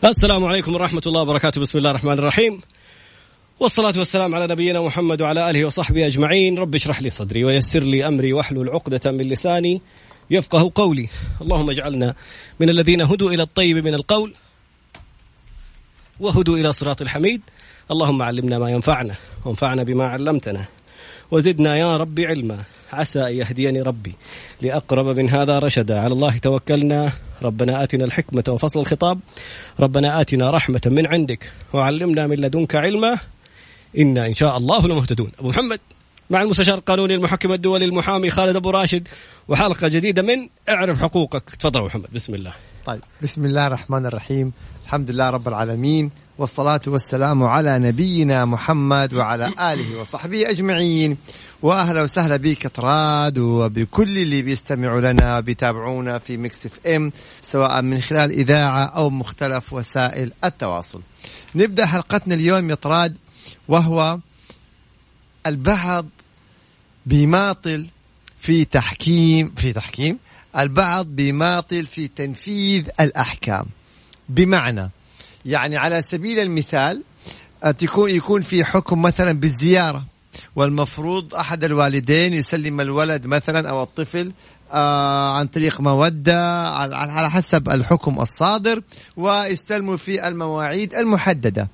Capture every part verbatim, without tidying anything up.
السلام عليكم ورحمة الله وبركاته. بسم الله الرحمن الرحيم، والصلاة والسلام على نبينا محمد وعلى آله وصحبه أجمعين. رب اشرح لي صدري ويسر لي أمري واحلل عقدة من لساني يفقه قولي. اللهم اجعلنا من الذين هدوا إلى الطيب من القول وهدوا إلى صراط الحميد. اللهم علمنا ما ينفعنا وانفعنا بما علمتنا وزدنا يا رب علما، عسى أن يهديني ربي لأقرب من هذا رشدا. على الله توكلنا، ربنا آتنا الحكمة وفصل الخطاب، ربنا آتنا رحمة من عندك وعلمنا من لدنك علما، إنا إن شاء الله لمهتدون. أبو محمد مع المستشار القانوني المحكم الدولي المحامي خالد أبو راشد، وحلقة جديدة من اعرف حقوقك. تفضل أبو محمد. بسم الله. طيب، بسم الله الرحمن الرحيم، الحمد لله رب العالمين، والصلاة والسلام على نبينا محمد وعلى آله وصحبه أجمعين. وأهلا وسهلا بك طراد وبكل اللي بيستمعوا لنا بيتابعونا في ميكس اف ام، سواء من خلال إذاعة أو مختلف وسائل التواصل. نبدأ حلقتنا اليوم يا طراد، وهو البعض بيماطل في تحكيم في تحكيم البعض بيماطل في تنفيذ الأحكام. بمعنى يعني على سبيل المثال تكون يكون في حكم مثلا بالزيارة، والمفروض أحد الوالدين يسلم الولد مثلا أو الطفل آه عن طريق مودة على حسب الحكم الصادر، ويستلموا في المواعيد المحددة.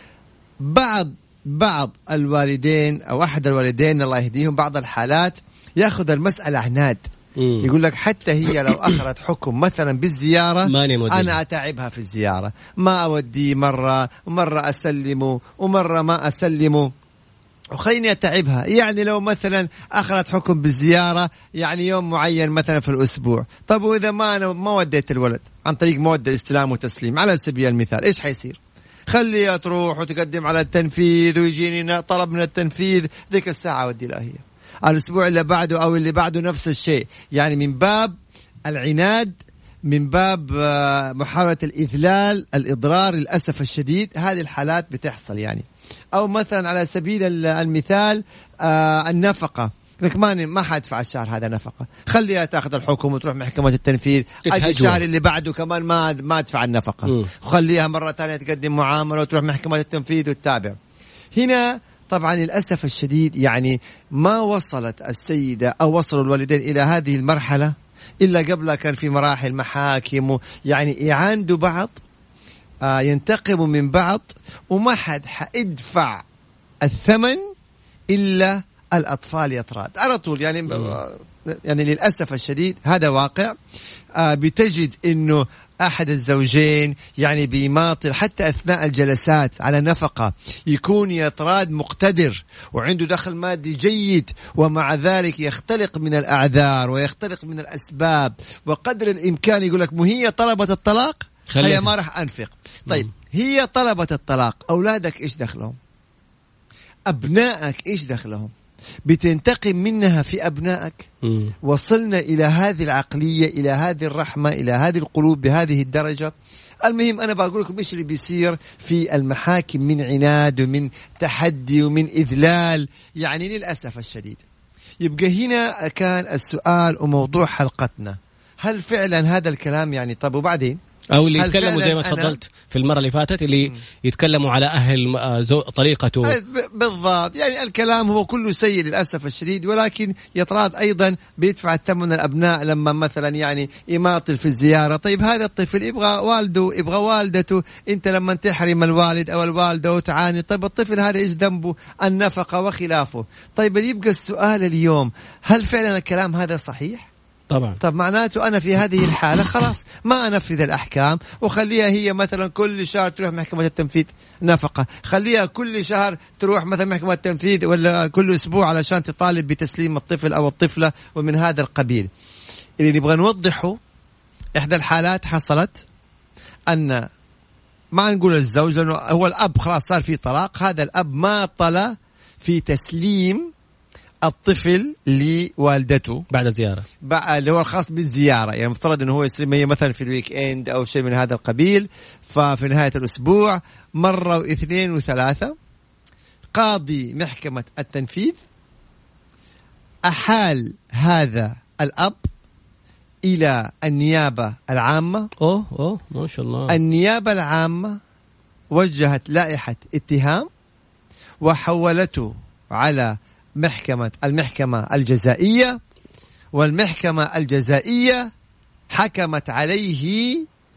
بعض بعض الوالدين أو أحد الوالدين الله يهديهم بعض الحالات يأخذ المسألة عناد، يقول لك حتى هي لو أخذت حكم مثلا بالزيارة أنا أتعبها في الزيارة، ما أودي مرة ومرة أسلمه ومرة ما أسلمه وخليني أتعبها. يعني لو مثلا أخذت حكم بالزيارة يعني يوم معين مثلا في الأسبوع، طب وإذا ما أنا ما وديت الولد عن طريق مودة استلام وتسليم على سبيل المثال، إيش حيصير؟ خليها تروح وتقدم على التنفيذ ويجيني طلب من التنفيذ، ذيك الساعة ودي لها هي، الأسبوع اللي بعده أو اللي بعده نفس الشيء. يعني من باب العناد، من باب محاولة الإذلال، الإضرار، للأسف الشديد هذه الحالات بتحصل. يعني أو مثلا على سبيل المثال النفقة، لك ما ما حادفع الشهر هذا نفقة، خليها تأخذ الحكم وتروح محكمة التنفيذ، أجي الشهر اللي بعده كمان ما ما أدفع النفقة، خليها مرة ثانية تقدم معاملة وتروح محكمة التنفيذ وتتابع. هنا طبعا للأسف الشديد يعني ما وصلت السيدة أو وصلوا الوالدين إلى هذه المرحلة إلا قبل كان في مراحل محاكم، يعني يعاندوا بعض، آه ينتقموا من بعض، وما حد حيدفع الثمن إلا الأطفال يطراد على طول. يعني يعني للأسف الشديد هذا واقع. آه بتجد إنه أحد الزوجين يعني بيماطل حتى أثناء الجلسات على نفقة، يكون يطراد مقتدر وعنده دخل مادي جيد، ومع ذلك يختلق من الأعذار ويختلق من الأسباب، وقدر الإمكان يقول لك مو هي طلبت الطلاق هي ما راح أنفق. طيب هي طلبت الطلاق، أولادك إيش دخلهم؟ أبنائك إيش دخلهم؟ بتنتقم منها في أبنائك. مم. وصلنا إلى هذه العقلية، إلى هذه الرحمة، إلى هذه القلوب بهذه الدرجة. المهم أنا بقول لكم إيش اللي بيصير في المحاكم من عناد ومن تحدي ومن إذلال، يعني للأسف الشديد. يبقى هنا كان السؤال وموضوع حلقتنا، هل فعلا هذا الكلام يعني طب وبعدين؟ أو اللي يتكلموا زي ما تفضلت في المرة اللي فاتت، اللي م. يتكلموا على أهل طريقته بالضبط. يعني الكلام هو كله سيء للأسف الشديد، ولكن يطراد أيضا بيدفع الثمن الأبناء لما مثلا يعني يماطل في الزيارة. طيب هذا الطفل يبغى والده، يبغى والدته، أنت لما تحرم الوالد أو الوالدة وتعاني، طيب الطفل هذا إيش ذنبه؟ النفقة وخلافه. طيب يبقى السؤال اليوم، هل فعلا الكلام هذا صحيح؟ طبعا. طب معناته أنا في هذه الحالة خلاص ما أنفذ الأحكام، وخليها هي مثلا كل شهر تروح محكمة التنفيذ نفقة، خليها كل شهر تروح مثلا محكمة التنفيذ، ولا كل أسبوع علشان تطالب بتسليم الطفل أو الطفلة، ومن هذا القبيل. اللي نبغى نوضحه، إحدى الحالات حصلت أن ما نقول الزوج لأنه هو الأب خلاص صار في طلاق، هذا الأب ما طلع في تسليم الطفل لوالدته بعد الزيارة، اللي هو الخاص بالزيارة. يعني مفترض أنه هو يسلم هي مثلا في الويك إند أو شيء من هذا القبيل، ففي نهاية الأسبوع مرة واثنين وثلاثة قاضي محكمة التنفيذ أحال هذا الأب إلى النيابة العامة. أوه أوه ما شاء الله. النيابة العامة وجهت لائحة اتهام وحولته على محكمة المحكمة الجزائية، والمحكمة الجزائية حكمت عليه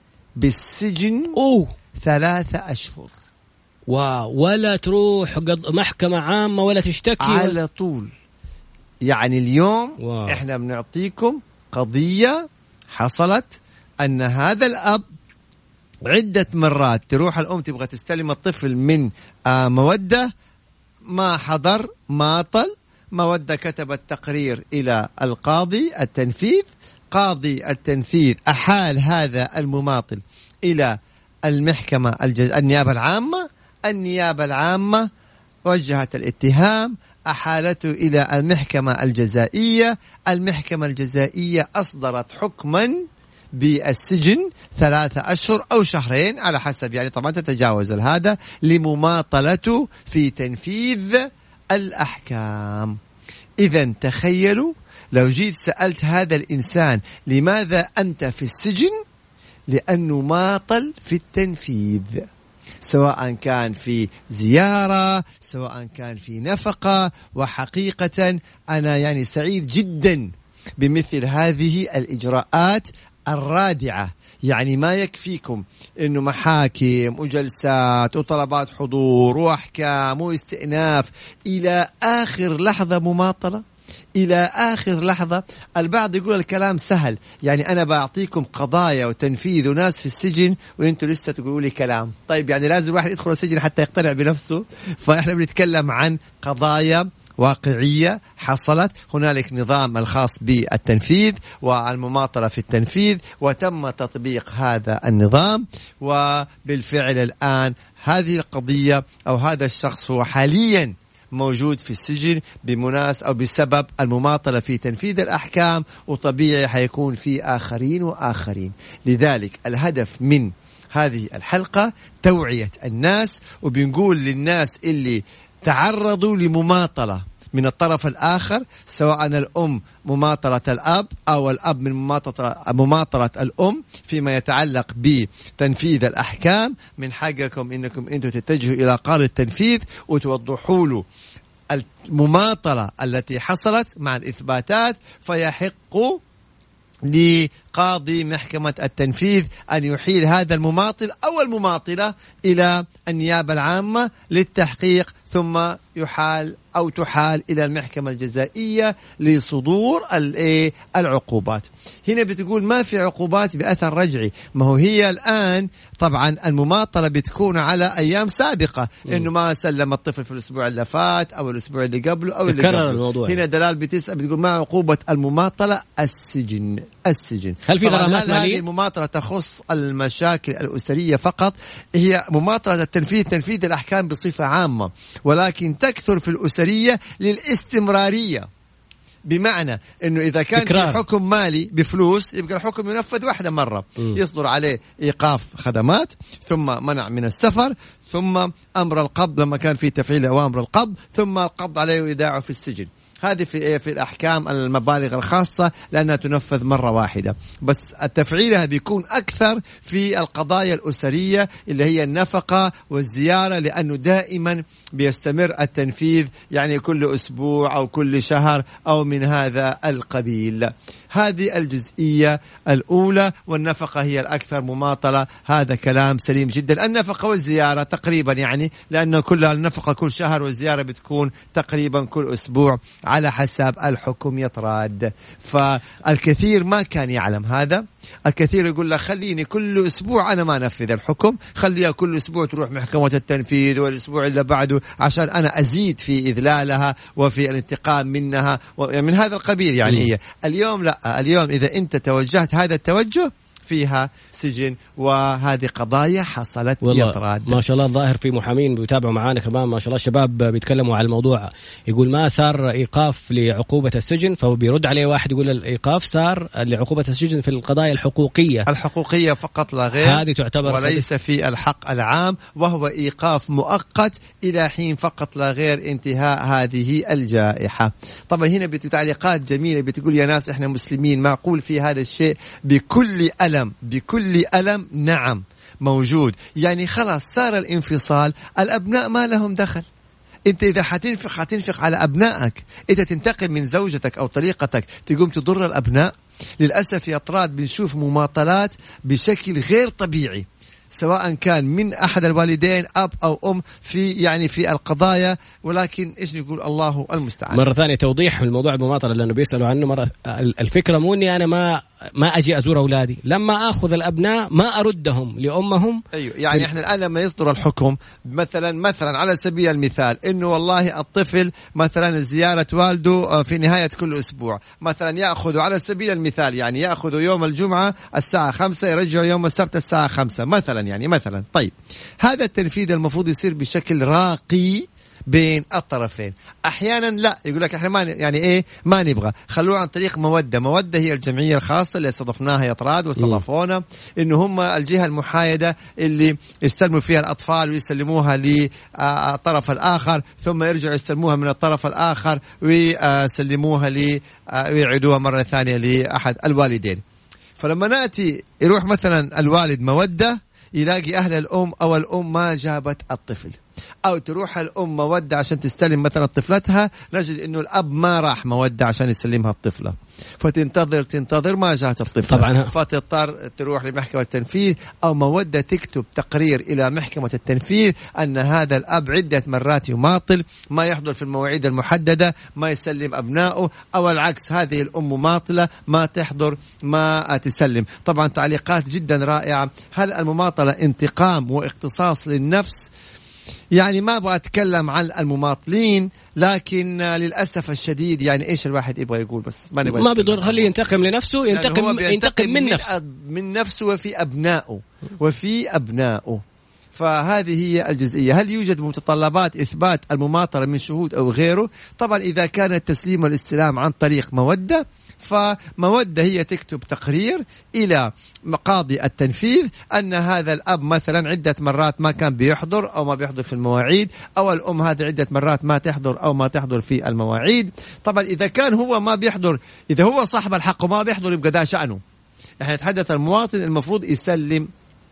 بالسجن أوه ثلاثة أشهر. واو. ولا تروح محكمة عامة ولا تشتكي على ولا... طول. يعني اليوم واو. احنا بنعطيكم قضية حصلت أن هذا الأب عدة مرات تروح الأم تبغى تستلم الطفل من آه مودة، ما حضر ما طل. مودة كتبت تقرير إلى القاضي التنفيذ، قاضي التنفيذ أحال هذا المماطل إلى المحكمة الجز... النيابة العامة. النيابة العامة وجهت الاتهام، أحالته إلى المحكمة الجزائية. المحكمة الجزائية أصدرت حكما بالسجن ثلاثة أشهر أو شهرين على حسب، يعني طبعا تتجاوز هذا، لمماطلته في تنفيذ الأحكام. إذن تخيلوا لو جيت سألت هذا الإنسان لماذا أنت في السجن؟ لأنه ماطل في التنفيذ، سواء كان في زيارة سواء كان في نفقة. وحقيقة أنا يعني سعيد جدا بمثل هذه الإجراءات الرادعة. يعني ما يكفيكم إنه محاكم وجلسات وطلبات حضور وأحكام واستئناف إلى آخر لحظة مماطلة، إلى آخر لحظة. البعض يقول الكلام سهل، يعني أنا بعطيكم قضايا وتنفيذ وناس في السجن وإنتوا لسه تقولوا لي كلام. طيب يعني لازم الواحد يدخل السجن حتى يقتنع بنفسه؟ فإحنا بنتكلم عن قضايا واقعية حصلت. هنالك نظام الخاص بالتنفيذ والمماطلة في التنفيذ، وتم تطبيق هذا النظام. وبالفعل الآن هذه القضية أو هذا الشخص هو حاليا موجود في السجن بمناس أو بسبب المماطلة في تنفيذ الأحكام، وطبيعي حيكون في آخرين وآخرين. لذلك الهدف من هذه الحلقة توعية الناس، وبنقول للناس اللي تعرضوا لمماطلة من الطرف الآخر، سواء الأم مماطلة الأب أو الأب من مماطلة, مماطلة الأم فيما يتعلق بتنفيذ الأحكام، من حقكم إنكم أنتم تتجهوا إلى قاضي التنفيذ وتوضحوا له المماطلة التي حصلت مع الإثباتات، فيحق لقاضي محكمة التنفيذ أن يحيل هذا المماطل أو المماطلة إلى النيابة العامة للتحقيق، ثم يحال أو تحال إلى المحكمة الجزائية لصدور العقوبات. هنا بتقول ما في عقوبات بأثر رجعي. ما هو هي الآن طبعا المماطلة بتكون على أيام سابقة، إنه ما سلم الطفل في الأسبوع اللي فات أو الأسبوع اللي قبله أو اللي قبله. الموضوع هنا دلال بتسأل بتقول ما عقوبة المماطلة؟ السجن. السجن. هل في غرامات مالية؟ هذه المماطلة تخص المشاكل الأسرية فقط، هي مماطلة التنفيذ تنفيذ الأحكام بصفة عامة، ولكن تكثر في الأسرية للاستمرارية. بمعنى أنه إذا كان في حكم مالي بفلوس يبقى الحكم ينفذ واحدة مرة، م. يصدر عليه إيقاف خدمات، ثم منع من السفر، ثم أمر القبض لما كان في تفعيل أوامر القبض، ثم القبض عليه وإيداعه في السجن. هذه في في الأحكام المبالغ الخاصة لأنها تنفذ مرة واحدة، بس التفعيلها بيكون أكثر في القضايا الأسرية اللي هي النفقة والزيارة، لأنه دائما بيستمر التنفيذ يعني كل أسبوع أو كل شهر أو من هذا القبيل. هذه الجزئية الأولى. والنفقة هي الأكثر مماطلة، هذا كلام سليم جدا. النفقة والزيارة تقريبا يعني لأنه كل النفقة كل شهر والزيارة بتكون تقريبا كل أسبوع على حسب الحكم يطراد. فالكثير ما كان يعلم هذا، الكثير يقول له خليني كل أسبوع أنا ما أنفذ الحكم، خليها كل أسبوع تروح محكمة التنفيذ والأسبوع اللي بعده عشان أنا أزيد في إذلالها وفي الانتقام منها من هذا القبيل. يعني هي اليوم لا، اليوم إذا أنت توجهت هذا التوجه فيها سجن. وهذه قضايا حصلت والله يطراد. ما شاء الله الظاهر في محامين بيتابعوا معانا كمان ما شاء الله الشباب بيتكلموا على الموضوع. يقول ما صار إيقاف لعقوبة السجن، فبيرد عليه واحد يقول الإيقاف صار لعقوبة السجن في القضايا الحقوقية الحقوقية فقط لا غير، هذه تعتبر وليس في الحق العام، وهو إيقاف مؤقت إلى حين فقط لا غير انتهاء هذه الجائحة. طبعا هنا بتعليقات جميلة بتقول يا ناس إحنا مسلمين، معقول في هذا الشيء بكل ألم بكل ألم؟ نعم موجود. يعني خلاص صار الانفصال، الأبناء ما لهم دخل. انت اذا حتنفق حتنفق على ابنائك، انت تنتقم من زوجتك او طليقتك تقوم تضر الابناء. للاسف يا طراد بنشوف مماطلات بشكل غير طبيعي، سواء كان من أحد الوالدين أب أو أم في يعني في القضايا، ولكن إيش نقول الله المستعان. مرة ثانية توضيح الموضوع المماطلة لأنه بيسألوا عنه مرة. الفكرة مو إني أنا ما ما أجي أزور أولادي، لما أخذ الأبناء ما أردهم لأمهم. أيوة يعني إحنا الآن لما يصدر الحكم مثلا مثلا على سبيل المثال إنه والله الطفل مثلا زيارة والده في نهاية كل أسبوع، مثلا يأخذ على سبيل المثال يعني يأخذ يوم الجمعة الساعة خمسة يرجع يوم السبت الساعة خمسة مثلا يعني مثلا. طيب هذا التنفيذ المفروض يصير بشكل راقي بين الطرفين. احيانا لا يقول لك احنا ما يعني ايه ما نبغى، خلوه عن طريق مودة. مودة هي الجمعية الخاصة اللي استضفناها يا طراد واستضافونا، انه هم الجهة المحايدة اللي يستلموا فيها الاطفال ويسلموها للطرف الاخر، ثم يرجعوا يستلموها من الطرف الاخر ويسلموها لي ويعيدوها مرة ثانية لاحد الوالدين. فلما ناتي يروح مثلا الوالد مودة يلاقي أهل الأم أو الأم ما جابت الطفل، أو تروح الأم مودة عشان تستلم مثلا طفلتها، نجد إنه الأب ما راح مودة عشان يسلمها الطفلة، فتنتظر تنتظر ما جاءت الطفلة طبعا، فتضطر تروح لمحكمة التنفيذ، أو مودة تكتب تقرير إلى محكمة التنفيذ أن هذا الأب عدة مرات يماطل، ما يحضر في المواعيد المحددة، ما يسلم أبنائه، أو العكس هذه الأم مماطلة ما تحضر ما تسلم. طبعا تعليقات جدا رائعة. هل المماطلة انتقام واقتصاص للنفس؟ يعني ما أبغى أتكلم عن المماطلين، لكن للأسف الشديد يعني إيش الواحد يبغى يقول، بس ما نبغى ما بيضر خليه ينتقم لنفسه، ينتقم ينتقم من نفسه من نفسه وفي أبنائه وفي أبنائه. فهذه هي الجزئية. هل يوجد متطلبات إثبات المماطلة من شهود أو غيره؟ طبعا إذا كان التسليم والاستلام عن طريق مودة، فمودة هي تكتب تقرير إلى مقاضي التنفيذ أن هذا الأب مثلا عدة مرات ما كان بيحضر أو ما بيحضر في المواعيد، أو الأم هذه عدة مرات ما تحضر أو ما تحضر في المواعيد. طبعا إذا كان هو ما بيحضر، إذا هو صاحب الحق وما بيحضر يبقى ده شأنه. احنا نتحدث المواطن المفروض يسلم.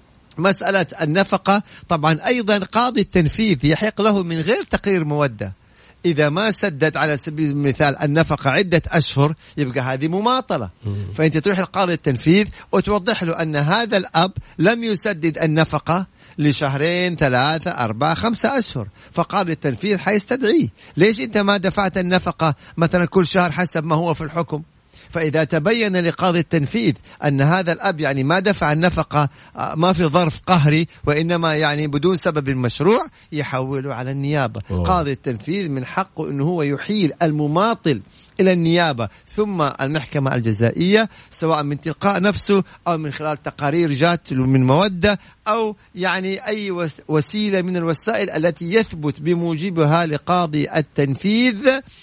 مسألة النفقة طبعا أيضا قاضي التنفيذ يحق له من غير تقرير مودة، إذا ما سدد على سبيل المثال النفقة عدة أشهر يبقى هذه مماطلة. فأنت تروح لقاضي التنفيذ وتوضح له أن هذا الأب لم يسدد النفقة لشهرين ثلاثة أربعة خمسة أشهر، فقاضي التنفيذ حيستدعيه. ليش أنت ما دفعت النفقة مثلا كل شهر حسب ما هو في الحكم؟ فإذا تبين لقاضي التنفيذ أن هذا الأب يعني ما دفع النفقة ما في ظرف قهري وإنما يعني بدون سبب مشروع، يحوله على النيابة. أوه. قاضي التنفيذ من حقه أنه هو يحيل المماطل إلى النيابة ثم المحكمة الجزائية، سواء من تلقاء نفسه أو من خلال تقارير جات من مودة، أو يعني أي وسيلة من الوسائل التي يثبت بموجبها لقاضي التنفيذ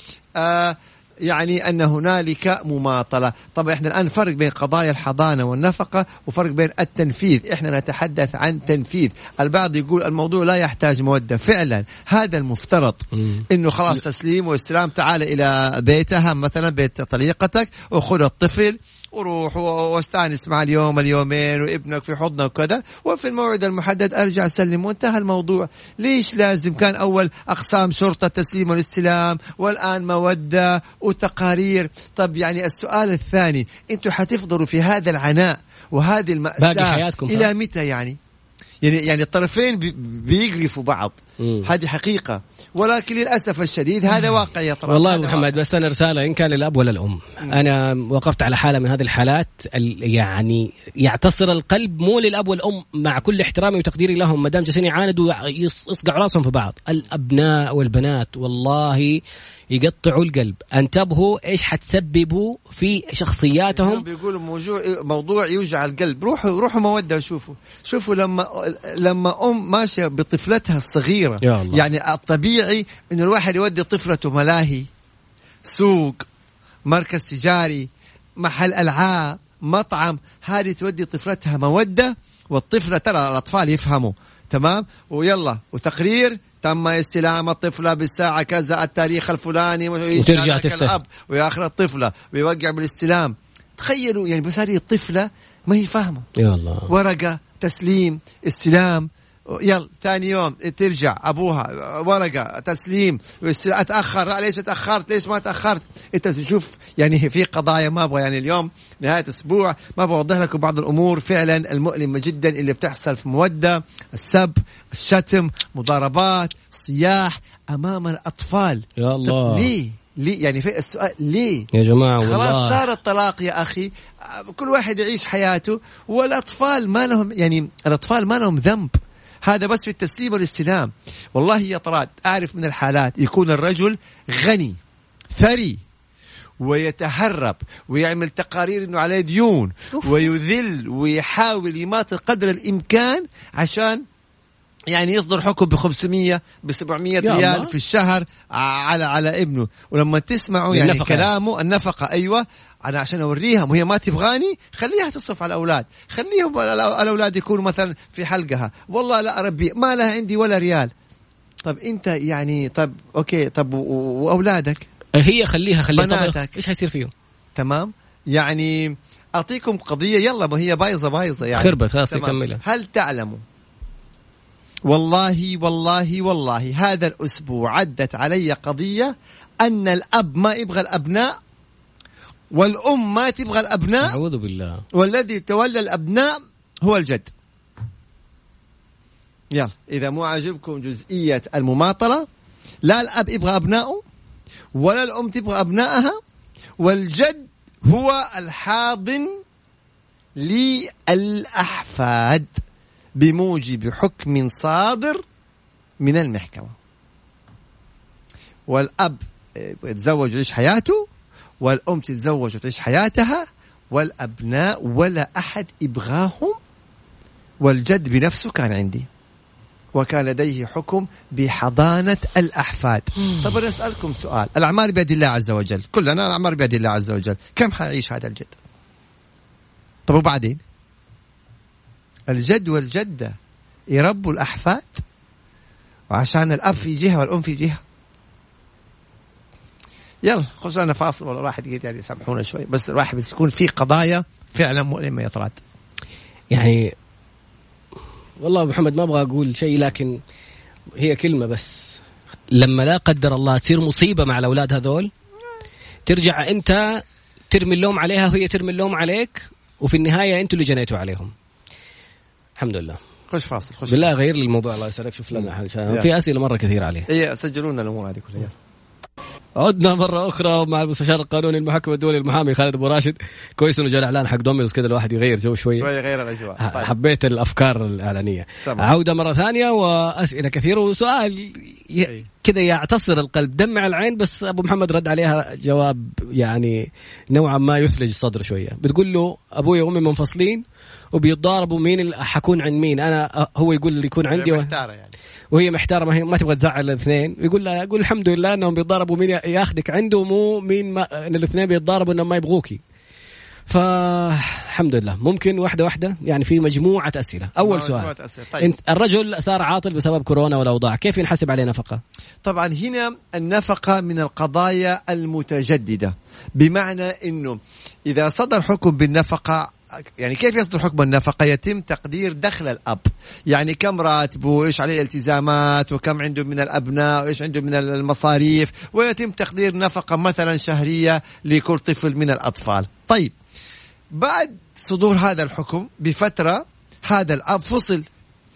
آه يعني أن هنالك مماطلة. طبعا إحنا الآن فرق بين قضايا الحضانة والنفقة وفرق بين التنفيذ. إحنا نتحدث عن تنفيذ. البعض يقول الموضوع لا يحتاج مودة، فعلا هذا المفترض إنه خلاص تسليم واستلام، تعال إلى بيتها مثلا بيت طليقتك وخذ الطفل وروح واستانس مع اليوم اليومين وابنك في حضنه وكذا، وفي الموعد المحدد أرجع سلم وانتهى الموضوع. ليش لازم كان أول أقسام شرطة تسليم والاستلام والآن مودة وتقارير؟ طب يعني السؤال الثاني، أنتوا حتفضلوا في هذا العناء وهذه المأساة إلى متى؟ يعني يعني يعني الطرفين بيقرفوا بعض، هذه حقيقة، ولكن للأسف الشديد هذا واقع يا طراد. والله محمد بس أنا رسالة إن كان للأب ولا الأم. مم. أنا وقفت على حالة من هذه الحالات يعني يعتصر القلب، مو للأب والأم مع كل احترامي وتقديري لهم، مدام جالسين يعاندوا يصقعوا راسهم في بعض. الأبناء والبنات والله يقطعوا القلب. انتبهوا ايش حتسببوا في شخصياتهم. بيقولوا موضوع موضوع يوجع القلب. روحوا روحوا مودة وشوفوا شوفوا لما لما ام ماشيه بطفلتها الصغيره، يعني الطبيعي انه الواحد يودي طفلته ملاهي، سوق، مركز تجاري، محل العاب، مطعم، هذه تودي طفلتها مودة. والطفله ترى الاطفال يفهموا تمام، ويلا وتقرير تم استلام الطفلة بالساعة كذا التاريخ الفلاني، وترجع الأب ويأخر الطفلة ويوقع بالاستلام. تخيلوا يعني بس هذه الطفلة ما هي فاهمة، يا الله، ورقة تسليم استلام، يلا ثاني يوم ترجع أبوها ورقة تسليم، أتأخر ليش أتأخرت ليش ما تأخرت. أنت تشوف يعني في قضايا ما أبغى يعني اليوم نهاية أسبوع ما بوضح لكم بعض الأمور فعلا المؤلمة جدا اللي بتحصل في مودة، السب، الشتم، مضاربات، صياح أمام الأطفال. يا الله، ليه ليه يعني في السؤال ليه يا جماعة؟ خلاص صار الطلاق يا أخي، كل واحد يعيش حياته، والأطفال ما لهم يعني الأطفال ما لهم ذنب. هذا بس في التسليم والاستلام. والله يا طراد أعرف من الحالات يكون الرجل غني ثري ويتهرب ويعمل تقارير إنه عليه ديون ويذل ويحاول يماطل قدر الإمكان عشان يعني يصدر حكم بخمسمية بسبعمية ريال في الشهر على على ابنه. ولما تسمعوا يعني كلامه النفقة، أيوة أنا عشان أوريها وهي ما تبغاني خليها تصرف على الأولاد، خليهم الأولاد يكونوا مثلا في حلقها، والله لا أربي ما لها عندي ولا ريال. طب أنت يعني طب أوكي طب وأولادك هي خليها خليها بناتك إيش هيصير فيهم؟ تمام يعني أعطيكم قضية يلا ما هي بايظة بايظة يعني خربت خلاص نكملها. هل تعلموا والله والله والله هذا الأسبوع عدت علي قضية أن الأب ما يبغى الأبناء والأم ما تبغى الأبناء، أعوذ بالله، والذي تولى الأبناء هو الجد. يلا إذا مو عاجبكم جزئية المماطلة، لا الأب يبغى أبنائه ولا الأم تبغى أبنائها، والجد هو الحاضن للأحفاد بموجب حكم صادر من المحكمة. والأب يتزوج ويعيش حياته، والأم تتزوج وتعيش حياتها، والأبناء ولا أحد إبغاهم، والجد بنفسه كان عندي وكان لديه حكم بحضانة الأحفاد. طب أنا أسألكم سؤال، الأعمار بيد الله عز وجل، كلنا الأعمار بيد الله عز وجل، كم حيعيش هذا الجد؟ طب وبعدين الجد والجدة يربوا الأحفاد وعشان الأب في جهة والأم في جهة. يلا خش لنا فاصل ولا واحد يقول يعني سامحونا شوي، بس الواحد بتكون في قضايا فعلا مؤلمة يا طراد. يعني والله محمد ما أبغى أقول شيء، لكن هي كلمة بس، لما لا قدر الله تصير مصيبة مع الأولاد هذول ترجع أنت ترمي اللوم عليها وهي ترمي اللوم عليك، وفي النهاية أنتوا اللي جنيتوا عليهم. الحمد لله. خش فاصل خش بالله غير لي الموضوع الله يسعدك. شوف لنا حل، في أسئلة مرة كثير عليه. إيه سجلونا الأمور هذه كلها. عدنا مرة أخرى مع المستشار القانوني المحكم الدولي المحامي خالد أبو راشد. كويس إنه جاء الإعلان حق دومينوز كده الواحد يغير جو شوية شوية غير الأجواء. طيب. حبيت الأفكار الإعلانية. طبعا. عودة مرة ثانية وأسئلة كثيرة وسؤال ي... كده يعتصر القلب دمع العين، بس أبو محمد رد عليها جواب يعني نوعا ما يثلج الصدر شوية. بتقول له أبوي وأمي منفصلين وبيتضاربوا مين اللي حكون عن مين، أنا هو يقول اللي يكون عندي و... يعني. وهي محتارة ما, هي ما تبغى تزعل الاثنين، ويقول لها يقول الحمد لله انهم بيتضاربوا مين ياخذك عنده، مو مين ما ان الاثنين بيتضاربوا انهم ما يبغوكي. فالحمد لله. ممكن واحدة واحدة يعني في مجموعة أسئلة. أول سؤال، طيب. الرجل صار عاطل بسبب كورونا والأوضاع، كيف ينحسب عليه نفقة؟ طبعا هنا النفقة من القضايا المتجددة، بمعنى أنه إذا صدر حكم بالنفقة، يعني كيف يصدر حكم النفقة؟ يتم تقدير دخل الأب، يعني كم راتبه، إيش عليه التزامات، وكم عنده من الأبناء، وإيش عنده من المصاريف، ويتم تقدير نفقة مثلا شهرية لكل طفل من الأطفال. طيب بعد صدور هذا الحكم بفترة هذا الأب فصل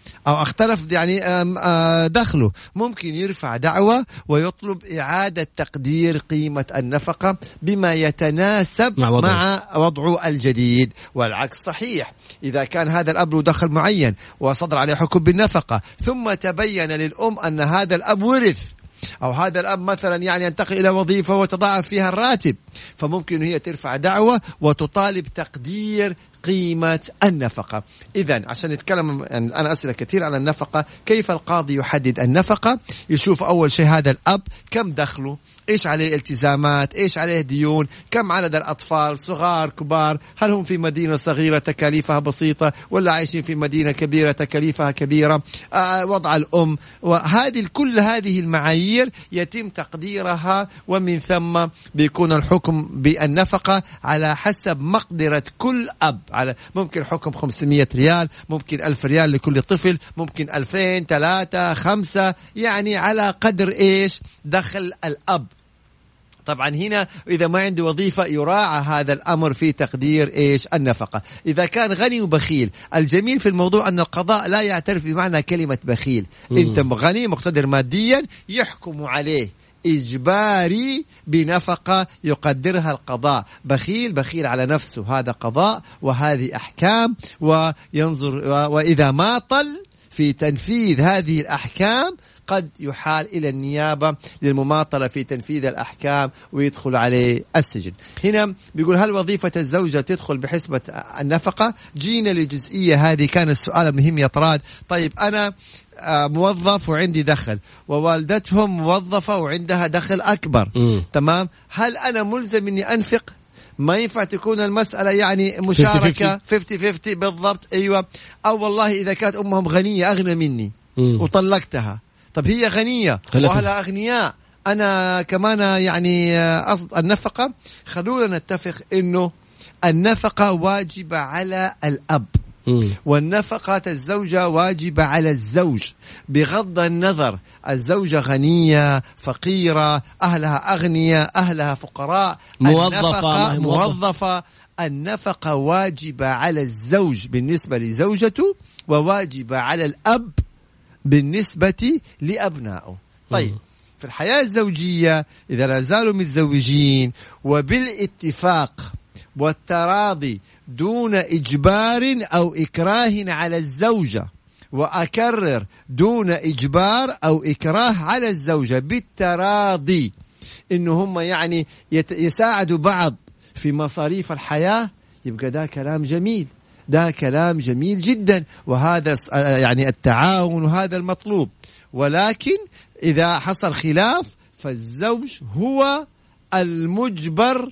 أو اختلف يعني دخله، ممكن يرفع دعوة ويطلب إعادة تقدير قيمة النفقة بما يتناسب مع وضعه, مع وضعه الجديد. والعكس صحيح، إذا كان هذا الأب له دخل معين وصدر عليه حكم بالنفقة ثم تبين للأم أن هذا الأب ورث، أو هذا الأب مثلا يعني ينتقل إلى وظيفة وتضاعف فيها الراتب، فممكن هي ترفع دعوة وتطالب تقدير قيمة النفقة. إذن عشان نتكلم يعني أنا أسئلة كثير على النفقة، كيف القاضي يحدد النفقة؟ يشوف أول شيء هذا الأب كم دخله، إيش عليه التزامات، إيش عليه ديون، كم عدد الأطفال، صغار كبار، هل هم في مدينة صغيرة تكاليفها بسيطة ولا عايشين في مدينة كبيرة تكاليفها كبيرة، آه وضع الأم، وهذه كل هذه المعايير يتم تقديرها، ومن ثم بيكون الحكم بالنفقة على حسب مقدرة كل أب. على ممكن حكم خمسمية ريال، ممكن ألف ريال لكل طفل، ممكن ألفين، ثلاثة، خمسة، يعني على قدر إيش دخل الأب. طبعا هنا إذا ما عنده وظيفة يراعى هذا الأمر في تقدير إيش النفقة. إذا كان غني وبخيل، الجميل في الموضوع أن القضاء لا يعترف بمعنى كلمة بخيل. م. أنت غني مقتدر ماديا يحكم عليه إجباري بنفقة يقدرها القضاء، بخيل بخيل على نفسه، هذا قضاء وهذه أحكام، وينظر وإذا ما طل في تنفيذ هذه الأحكام قد يحال إلى النيابة للمماطلة في تنفيذ الأحكام ويدخل عليه السجن. هنا بيقول هل وظيفة الزوجة تدخل بحسبة النفقة؟ جينا لجزئية هذه، كان السؤال مهم يا طراد. طيب أنا موظف وعندي دخل، ووالدتهم موظفة وعندها دخل أكبر، م. تمام، هل أنا ملزم إني أنفق؟ ما ينفع تكون المسألة يعني مشاركة فيفتي فيفتي بالضبط. أيوة. أو والله إذا كانت أمهم غنية أغنى مني م. وطلقتها، طب هي غنية وأهلها أغنياء، أنا كمان يعني أصد النفقة. خلونا نتفق إنه النفقة واجبة على الأب، والنفقة الزوجة واجبة على الزوج، بغض النظر الزوجة غنية فقيرة، أهلها أغنياء، أهلها فقراء، موظفة موظفة، النفقة واجبة على الزوج بالنسبة لزوجته، وواجبة على الأب بالنسبة لأبنائه. طيب في الحياة الزوجية إذا لا زالوا متزوجين وبالاتفاق والتراضي دون إجبار أو إكراه على الزوجة، وأكرر دون إجبار أو إكراه على الزوجة، بالتراضي إنه هم يعني يساعدوا بعض في مصاريف الحياة، يبقى ده كلام جميل، ده كلام جميل جدا، وهذا يعني التعاون وهذا المطلوب. ولكن إذا حصل خلاف فالزوج هو المجبر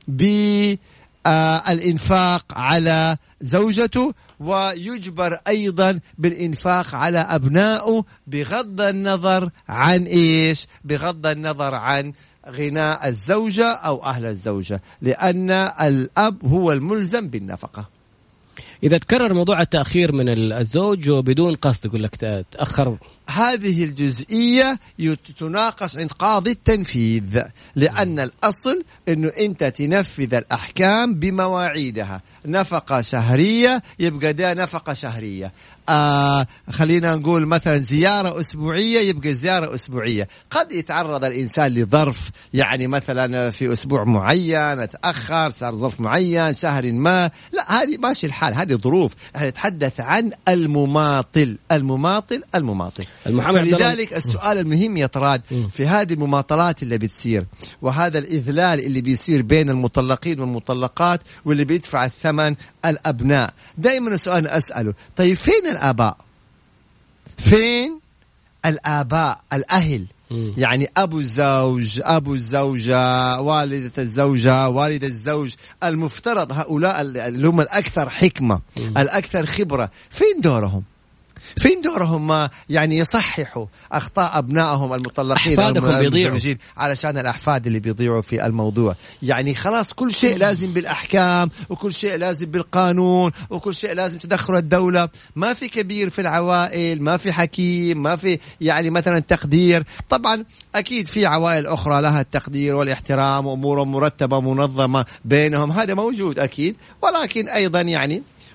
بالإنفاق على زوجته، ويجبر أيضا بالإنفاق على أبنائه، بغض النظر عن إيش؟ بغض النظر عن غناء الزوجة أو أهل الزوجة، لأن الأب هو الملزم بالنفقة. إذا تكرر موضوع التأخير من الزوج وبدون قصد، يقول لك تأخر، هذه الجزئية تناقش عند قاضي التنفيذ، لأن الأصل أنه أنت تنفذ الأحكام بمواعيدها. نفقة شهرية يبقى ده نفقة شهرية، آه خلينا نقول مثلا زيارة أسبوعية يبقى زيارة أسبوعية. قد يتعرض الإنسان لظرف، يعني مثلا في أسبوع معين تأخر، صار ظرف معين شهر ما، لا هذه ماشي الحال، هذه ظروف. احنا نتحدث عن المماطل المماطل المماطل فلذلك السؤال المهم يا طراد في هذه المماطلات اللي بتصير، وهذا الإذلال اللي بيصير بين المطلقين والمطلقات، واللي بيدفع الثمن الأبناء، دائما السؤال أسأله، طيب فين الآباء؟ فين الآباء الأهل؟ يعني أبو الزوج، أبو الزوجة، والدة الزوجة، والد الزوج، المفترض هؤلاء اللي هم الأكثر حكمة الأكثر خبرة، فين دورهم؟ فين دورهم ما يعني يصححوا أخطاء أبنائهم المطلقين المتزوجين علشان الأحفاد اللي بيضيعوا في الموضوع؟ يعني خلاص كل شيء لازم بالأحكام، وكل شيء لازم بالقانون، وكل شيء لازم تدخل الدولة، ما في كبير في العوائل، ما في حكيم، ما في يعني مثلا تقدير. طبعا أكيد في عوائل أخرى لها التقدير والاحترام وأمور مرتبة منظمة بينهم، هذا موجود أكيد، ولكن أيضا يعني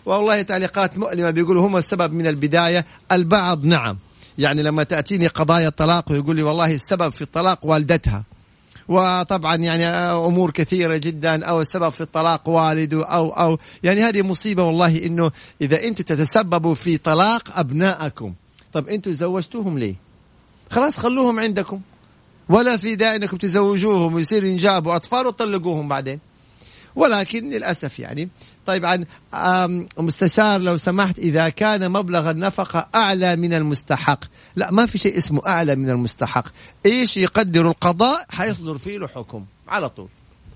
والله تعليقات مؤلمة بيقولوا هم السبب من البداية. البعض نعم، يعني لما تأتيني قضايا الطلاق ويقول لي والله السبب في الطلاق والدتها، وطبعا يعني أمور كثيرة جدا، أو السبب في الطلاق والده، أو أو يعني هذه مصيبة والله. إنه إذا أنتم تتسببوا في طلاق أبنائكم، طب أنتم زوجتوهم ليه؟ خلاص خلوهم عندكم، ولا في داعي أنكم تزوجوهم ويصير ينجابوا أطفال وتطلقوهم بعدين. ولكن للأسف يعني طيب مستشار لو سمحت، إذا كان مبلغ النفقة أعلى من المستحق، لا ما في شيء اسمه أعلى من المستحق، إيش يقدر القضاء حيصدر فيه له حكم على طول.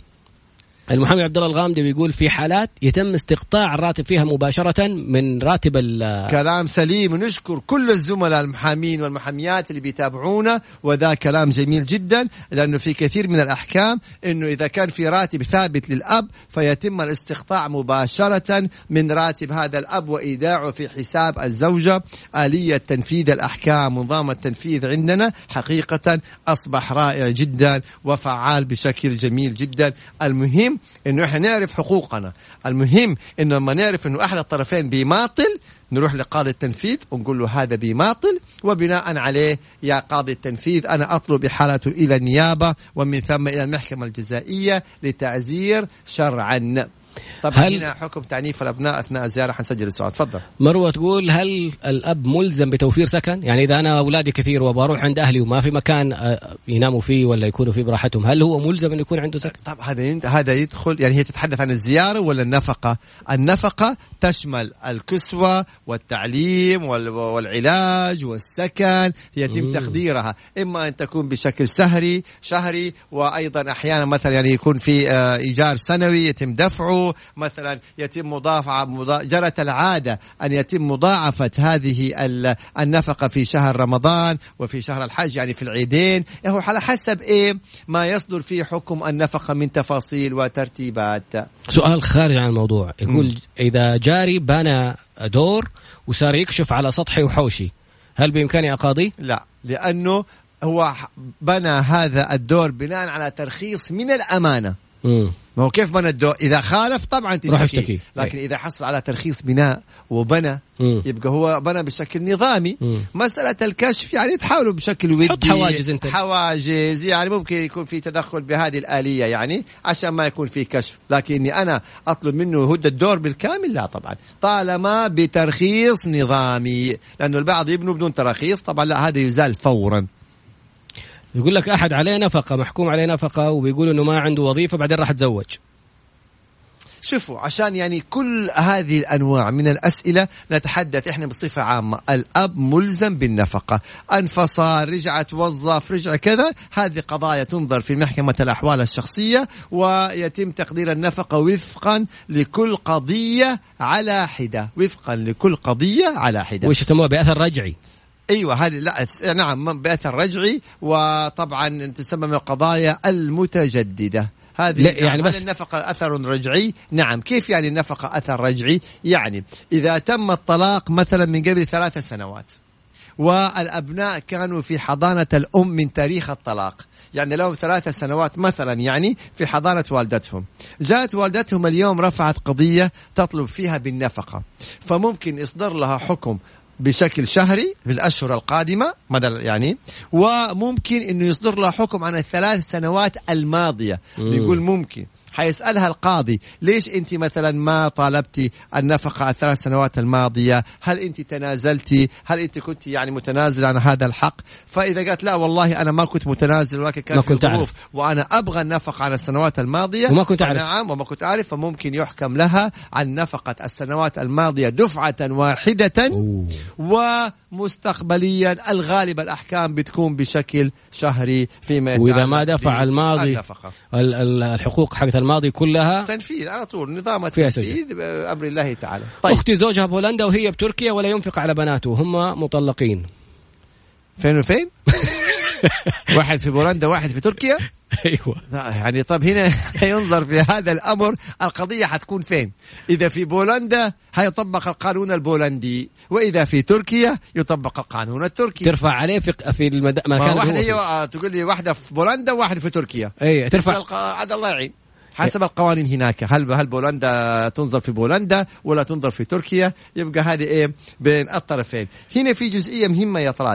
المحامي عبد الله الغامدي بيقول في حالات يتم استقطاع الراتب فيها مباشرة من راتب ال كلام سليم، ونشكر كل الزملاء المحامين والمحاميات اللي بيتابعونا، وذا كلام جميل جدا، لأنه في كثير من الأحكام إنه إذا كان في راتب ثابت للأب فيتم الاستقطاع مباشرة من راتب هذا الأب وإيداعه في حساب الزوجة. آلية تنفيذ الأحكام ونظام التنفيذ عندنا حقيقة أصبح رائع جدا وفعال بشكل جميل جدا. المهم إنه إحنا نعرف حقوقنا، المهم إنه لما نعرف إنه أحد الطرفين بيماطل نروح لقاضي التنفيذ ونقول له هذا بيماطل، وبناء عليه يا قاضي التنفيذ أنا أطلب إحالته إلى النيابة ومن ثم إلى المحكمة الجزائية لتعزير شرعا. طبعا هل هنا حكم تعنيف الأبناء أثناء الزيارة. حنسجل السؤال. تفضل. مروة تقول هل الأب ملزم بتوفير سكن؟ يعني إذا أنا أولادي كثير وبروح عند أهلي وما في مكان يناموا فيه ولا يكونوا فيه براحتهم، هل هو ملزم أن يكون عنده سكن؟ طب هذا هذا يدخل، يعني هي تتحدث عن الزيارة ولا النفقة؟ النفقة تشمل الكسوة والتعليم والعلاج والسكن، يتم تقديرها إما أن تكون بشكل سهري شهري، وأيضا أحيانا مثلا يعني يكون في إيجار سنوي يتم دفعه، مثلا يتم مضاعفة، جرت العادة أن يتم مضاعفة هذه النفقة في شهر رمضان وفي شهر الحج، يعني في العيدين، هو على حسب إيه ما يصدر فيه حكم النفقة من تفاصيل وترتيبات. سؤال خارج عن الموضوع يقول م. إذا جاري بنى دور وصار يكشف على سطحي وحوشي، هل بإمكاني أقاضيه؟ لا، لأنه هو بنى هذا الدور بناء على ترخيص من الأمانة. مم. ما هو كيف بنى الدور؟ إذا خالف طبعا تشتكي، لكن إذا حصل على ترخيص بناء وبنى مم. يبقى هو بنى بشكل نظامي. مم. مسألة الكشف يعني تحاولوا بشكل ودي، حواجز انت. حواجز يعني ممكن يكون في تدخل بهذه الآلية يعني عشان ما يكون في كشف، لكن إني أنا أطلب منه هد الدور بالكامل لا طبعا، طالما بترخيص نظامي، لأنه البعض يبنوا بدون تراخيص طبعا لا، هذا يزال فورا. يقول لك أحد عليه نفقة، محكوم عليه نفقة، وبيقول إنه ما عنده وظيفة بعدين راح تزوج. شوفوا عشان يعني كل هذه الأنواع من الأسئلة نتحدث إحنا بصفة عامة. الأب ملزم بالنفقة، انفصل، رجع توظف، رجع كذا، هذه قضايا تنظر في محكمة الأحوال الشخصية ويتم تقدير النفقة وفقا لكل قضية على حدة، وفقا لكل قضية على حدة. وش يسموها بأثر رجعي؟ ايوه هذه لا نعم باثر رجعي، وطبعا تسمى من القضايا المتجدده هذه. لا يعني بس النفقه اثر رجعي. نعم كيف يعني النفقه اثر رجعي؟ يعني اذا تم الطلاق مثلا من قبل ثلاث سنوات والابناء كانوا في حضانه الام من تاريخ الطلاق، يعني لهم ثلاث سنوات مثلا يعني في حضانة والدتهم، جاءت والدتهم اليوم رفعت قضية تطلب فيها بالنفقة، فممكن يصدر لها حكم بشكل شهري في الأشهر القادمة مدى يعني، وممكن إنه يصدر له حكم عن الثلاث سنوات الماضية. بيقول ممكن حيسألها القاضي ليش أنت مثلا ما طالبتي النفقة الثلاث سنوات الماضية؟ هل أنت تنازلتي؟ هل أنت كنت يعني متنازل عن هذا الحق؟ فإذا قالت لا والله أنا ما كنت متنازل ولكن كان في ظروف وأنا أبغى النفقة عن السنوات الماضية وما كنت أعرف، نعم وما كنت أعرف، فممكن يحكم لها عن نفقة السنوات الماضية دفعة واحدة. أوه. ومستقبليا الغالب الأحكام بتكون بشكل شهري فيما يتعلق، وإذا ما دفع الماضي النفقة. الحقوق حق الماضي كلها تنفيذ على طول، نظام التنفيذ بأمر الله تعالى. طيب. أختي زوجها بهولندا وهي بتركيا ولا ينفق على بناته، هم مطلقين. فين وفين؟ واحد في بولندا واحد في تركيا. ايوه يعني طب هنا ينظر في هذا الامر القضيه حتكون فين؟ اذا في بولندا هيطبق القانون البولندي، واذا في تركيا يطبق القانون التركي. ترفع عليه في في المكان واحده هي تقول لي واحده في بولندا وواحده في تركيا. اي ترفع عاد الله يعين. حسب القوانين هناك. هل هل بولندا تنظر في بولندا ولا تنظر في تركيا؟ يبقى هذه إيه بين الطرفين. هنا في جزئية مهمة يا طراد،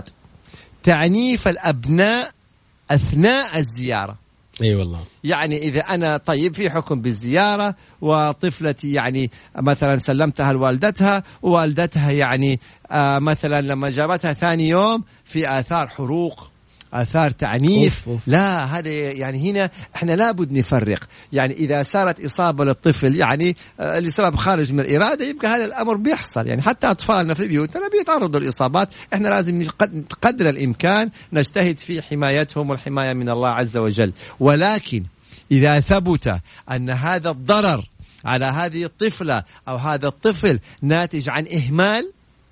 تعنيف الأبناء أثناء الزيارة. اي أيوة والله. يعني إذا أنا طيب في حكم بالزيارة وطفلتي يعني مثلا سلمتها لوالدتها ووالدتها يعني آه مثلا لما جابتها ثاني يوم في آثار حروق، آثار تعنيف، أوف أوف. لا هذا يعني هنا احنا لابد نفرق. يعني إذا صارت إصابة للطفل يعني آه لسبب خارج من الإرادة، يبقى هذا الأمر بيحصل. يعني حتى أطفالنا في بيوتنا بيتعرضوا للإصابات، احنا لازم قدر الإمكان نجتهد في حمايتهم والحماية من الله عز وجل. ولكن إذا ثبت أن هذا الضرر على هذه الطفلة أو هذا الطفل ناتج عن إهمال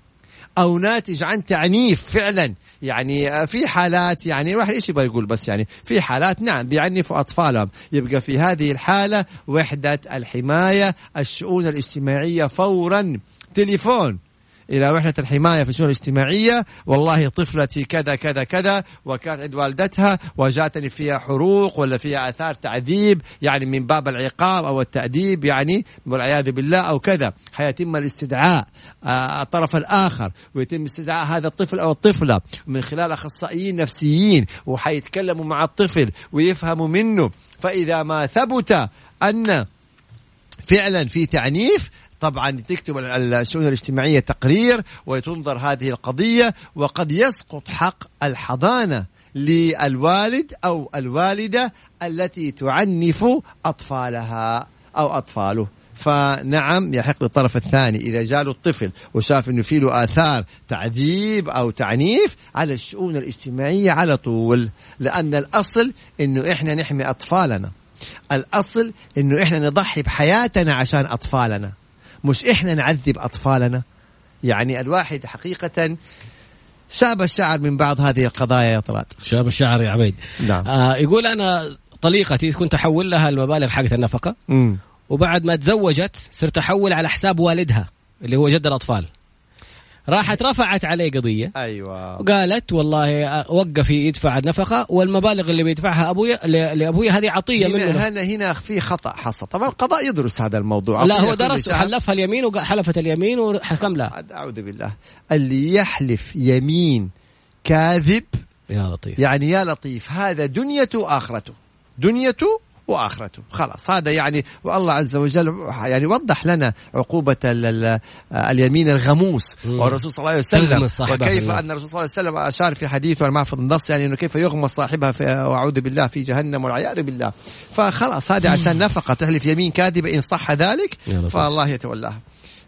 أو ناتج عن تعنيف فعلا، يعني في حالات يعني الواحد إيش يبغى يقول، بس يعني في حالات نعم بيعنفوا أطفالهم، يبقى في هذه الحالة وحدة الحماية الشؤون الاجتماعية فورا تليفون إلى وحدة الحماية في الشؤون الاجتماعية، والله طفلتي كذا كذا كذا وكانت عند والدتها وجاتني فيها حروق ولا فيها آثار تعذيب، يعني من باب العقاب أو التأديب يعني والعياذ بالله أو كذا. حيتم الاستدعاء آه الطرف الآخر ويتم استدعاء هذا الطفل أو الطفلة من خلال أخصائيين نفسيين، وحيتكلموا مع الطفل ويفهموا منه. فإذا ما ثبت أن فعلا في تعنيف، طبعا تكتب الشؤون الاجتماعية تقرير وتنظر هذه القضية، وقد يسقط حق الحضانة للوالد أو الوالدة التي تعنف أطفالها أو أطفاله. فنعم يحق للطرف الثاني إذا جاء الطفل وشاف أنه فيه له آثار تعذيب أو تعنيف على الشؤون الاجتماعية على طول، لأن الأصل أنه إحنا نحمي أطفالنا، الأصل أنه إحنا نضحي بحياتنا عشان أطفالنا، مش إحنا نعذب أطفالنا. يعني الواحد حقيقة شاب الشعر من بعض هذه القضايا يا طراد. شاب الشعر يا عبيد. نعم. آه يقول أنا طليقتي كنت أحول لها المبالغ حقت النفقة، م. وبعد ما تزوجت صرت أحول على حساب والدها اللي هو جد الأطفال. راحت رفعت عليه قضية، أيوة، وقالت والله وقف يدفع النفقة والمبالغ اللي بيدفعها أبويا لأبويا هذه عطية منه. هنا هنا في خطأ حصل. طبعا القضاء يدرس هذا الموضوع. لا هو درس وحلفها اليمين وحلفت اليمين وحكم لها. أعوذ بالله. اللي يحلف يمين كاذب يا لطيف، يعني يا لطيف هذا دنيته وآخرته، دنيته وآخرته خلاص. هذا يعني والله عز وجل يعني وضح لنا عقوبة اليمين الغموس، والرسول صلى الله عليه وسلم وكيف أن الرسول صلى الله عليه وسلم أشار في حديثه وأنا ما أحفظ النص يعني أنه كيف يغمس صاحبها في وأعوذ بالله في جهنم والعياذ بالله. فخلاص هذا عشان نفقة تحلف يمين كاذبة إن صح ذلك فالله يتولاها.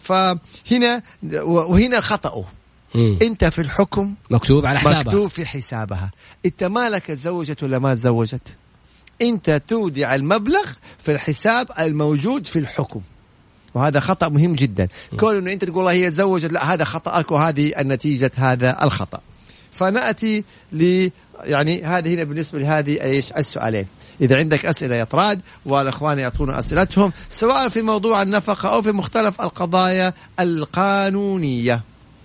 فهنا وهنا الخطأ مم. أنت في الحكم مكتوب على حسابها، مكتوب في حسابها. أنت مالك تزوجت ولا ما تزوجت، أنت تودع المبلغ في الحساب الموجود في الحكم، وهذا خطأ مهم جدا. كون أنه أنت تقول الله هي تزوجت، لا هذا خطأك وهذه النتيجة هذا الخطأ. فنأتي ل يعني هذه هنا بالنسبة لهذه إيش السؤالين. إذا عندك أسئلة يا طراد والأخوان يعطونا أسئلتهم سواء في موضوع النفقة أو في مختلف القضايا القانونية.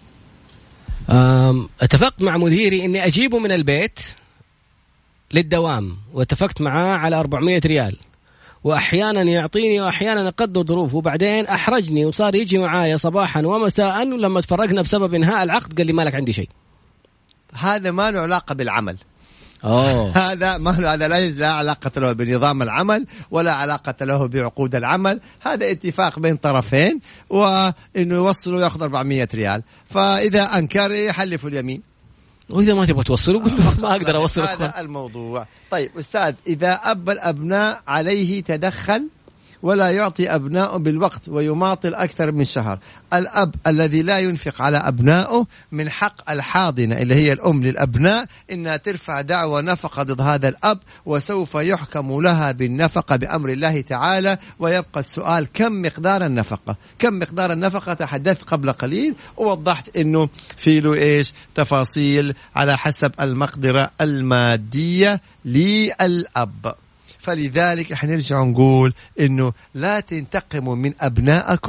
اتفقت مع مديري إني أجيبه من البيت للدوام، واتفقت معاه على أربعمية ريال، وأحيانا يعطيني وأحيانا أقدر ظروف، وبعدين أحرجني وصار يجي معايا صباحا ومساء، ولما تفرقنا بسبب إنهاء العقد قال لي مالك عندي شيء. هذا ما له علاقة بالعمل. أوه. هذا ما له هذا لا علاقة له بنظام العمل ولا علاقة له بعقود العمل. هذا اتفاق بين طرفين وإنه يوصلوا يأخذ أربعمية ريال، فإذا أنكر يحلف اليمين. وإذا ما تبغى توصله قل ما أقدر أوصلك. هذا الموضوع. طيب أستاذ، إذا أب الأبناء عليه تدخل ولا يعطي أبنائه بالوقت ويماطل أكثر من شهر، الأب الذي لا ينفق على أبنائه من حق الحاضنة اللي هي الأم للأبناء إنها ترفع دعوى نفقة ضد هذا الأب، وسوف يحكم لها بالنفقة بأمر الله تعالى. ويبقى السؤال كم مقدار النفقة؟ كم مقدار النفقة؟ تحدثت قبل قليل ووضحت إنه في له إيش تفاصيل على حسب المقدرة المادية للأب. فلذلك احنا نرجع نقول انه لا تنتقموا من ابنائكم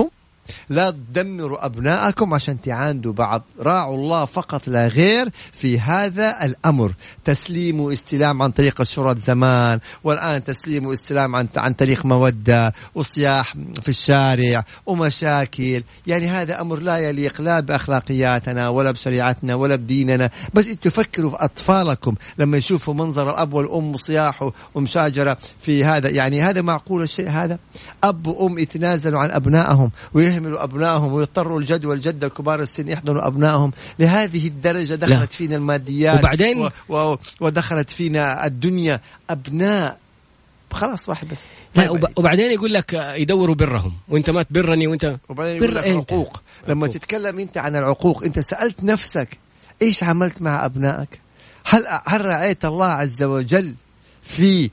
لا تدمروا أبناءكم عشان تعاندوا بعض. راعوا الله فقط لا غير في هذا الأمر. تسليم واستلام عن طريق الشرط زمان، والآن تسليم واستلام عن عن طريق مودة وصياح في الشارع ومشاكل. يعني هذا أمر لا يليق لا بأخلاقياتنا ولا بشريعتنا ولا بديننا. بس انتوا فكروا في أطفالكم لما يشوفوا منظر الأب والأم صياح ومشاجرة في هذا. يعني هذا معقول الشيء؟ هذا أب وأم يتنازلوا عن أبنائهم ويهملوا أبنائهم ويضطروا الجد والجدة الكبار السن يحضنوا أبنائهم لهذه الدرجة؟ دخلت لا. فينا الماديات وبعدين و... و... ودخلت فينا الدنيا. أبناء خلاص واحد بس. لا وب... وبعدين يقول لك يدوروا برهم وانت ما تبرني وانت. وبعدين يقول لك عقوق. لما عقوق. تتكلم انت عن العقوق، انت سألت نفسك ايش عملت مع أبنائك؟ هل هل رأيت الله عز وجل في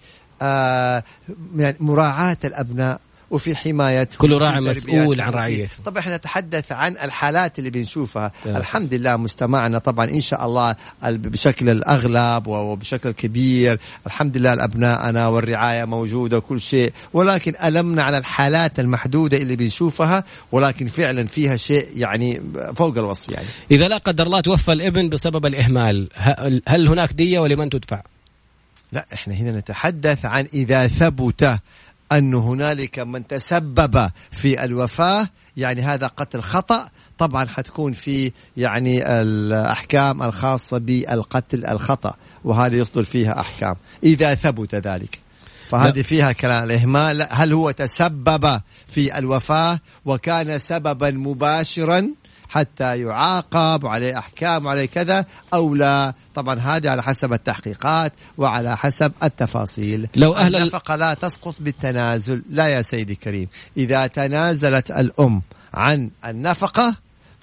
آه يعني مراعاة الأبناء وفي حمايته؟ كل راعي مسؤول عن رعيته. طبعا احنا نتحدث عن الحالات اللي بنشوفها. يعني. الحمد لله مجتمعنا طبعا إن شاء الله بشكل الأغلب وبشكل كبير الحمد لله الأبناءنا والرعاية موجودة وكل شيء، ولكن ألمنا على الحالات المحدودة اللي بنشوفها، ولكن فعلا فيها شيء يعني فوق الوصف. يعني إذا لا قدر الله توفى الابن بسبب الإهمال، هل هناك دية ولمن تدفع؟ لا احنا هنا نتحدث عن إذا ثبت أن هنالك من تسبب في الوفاة، يعني هذا قتل خطأ، طبعا حتكون في يعني الأحكام الخاصة بالقتل الخطأ، وهذه يصدر فيها أحكام إذا ثبت ذلك. فهذه فيها كلام. الإهمال هل هو تسبب في الوفاة وكان سببا مباشرا حتى يعاقب وعليه أحكام وعليه كذا أو لا؟ طبعا هذا على حسب التحقيقات وعلى حسب التفاصيل. لو أهل النفقة لا تسقط بالتنازل، لا يا سيدي كريم. إذا تنازلت الأم عن النفقة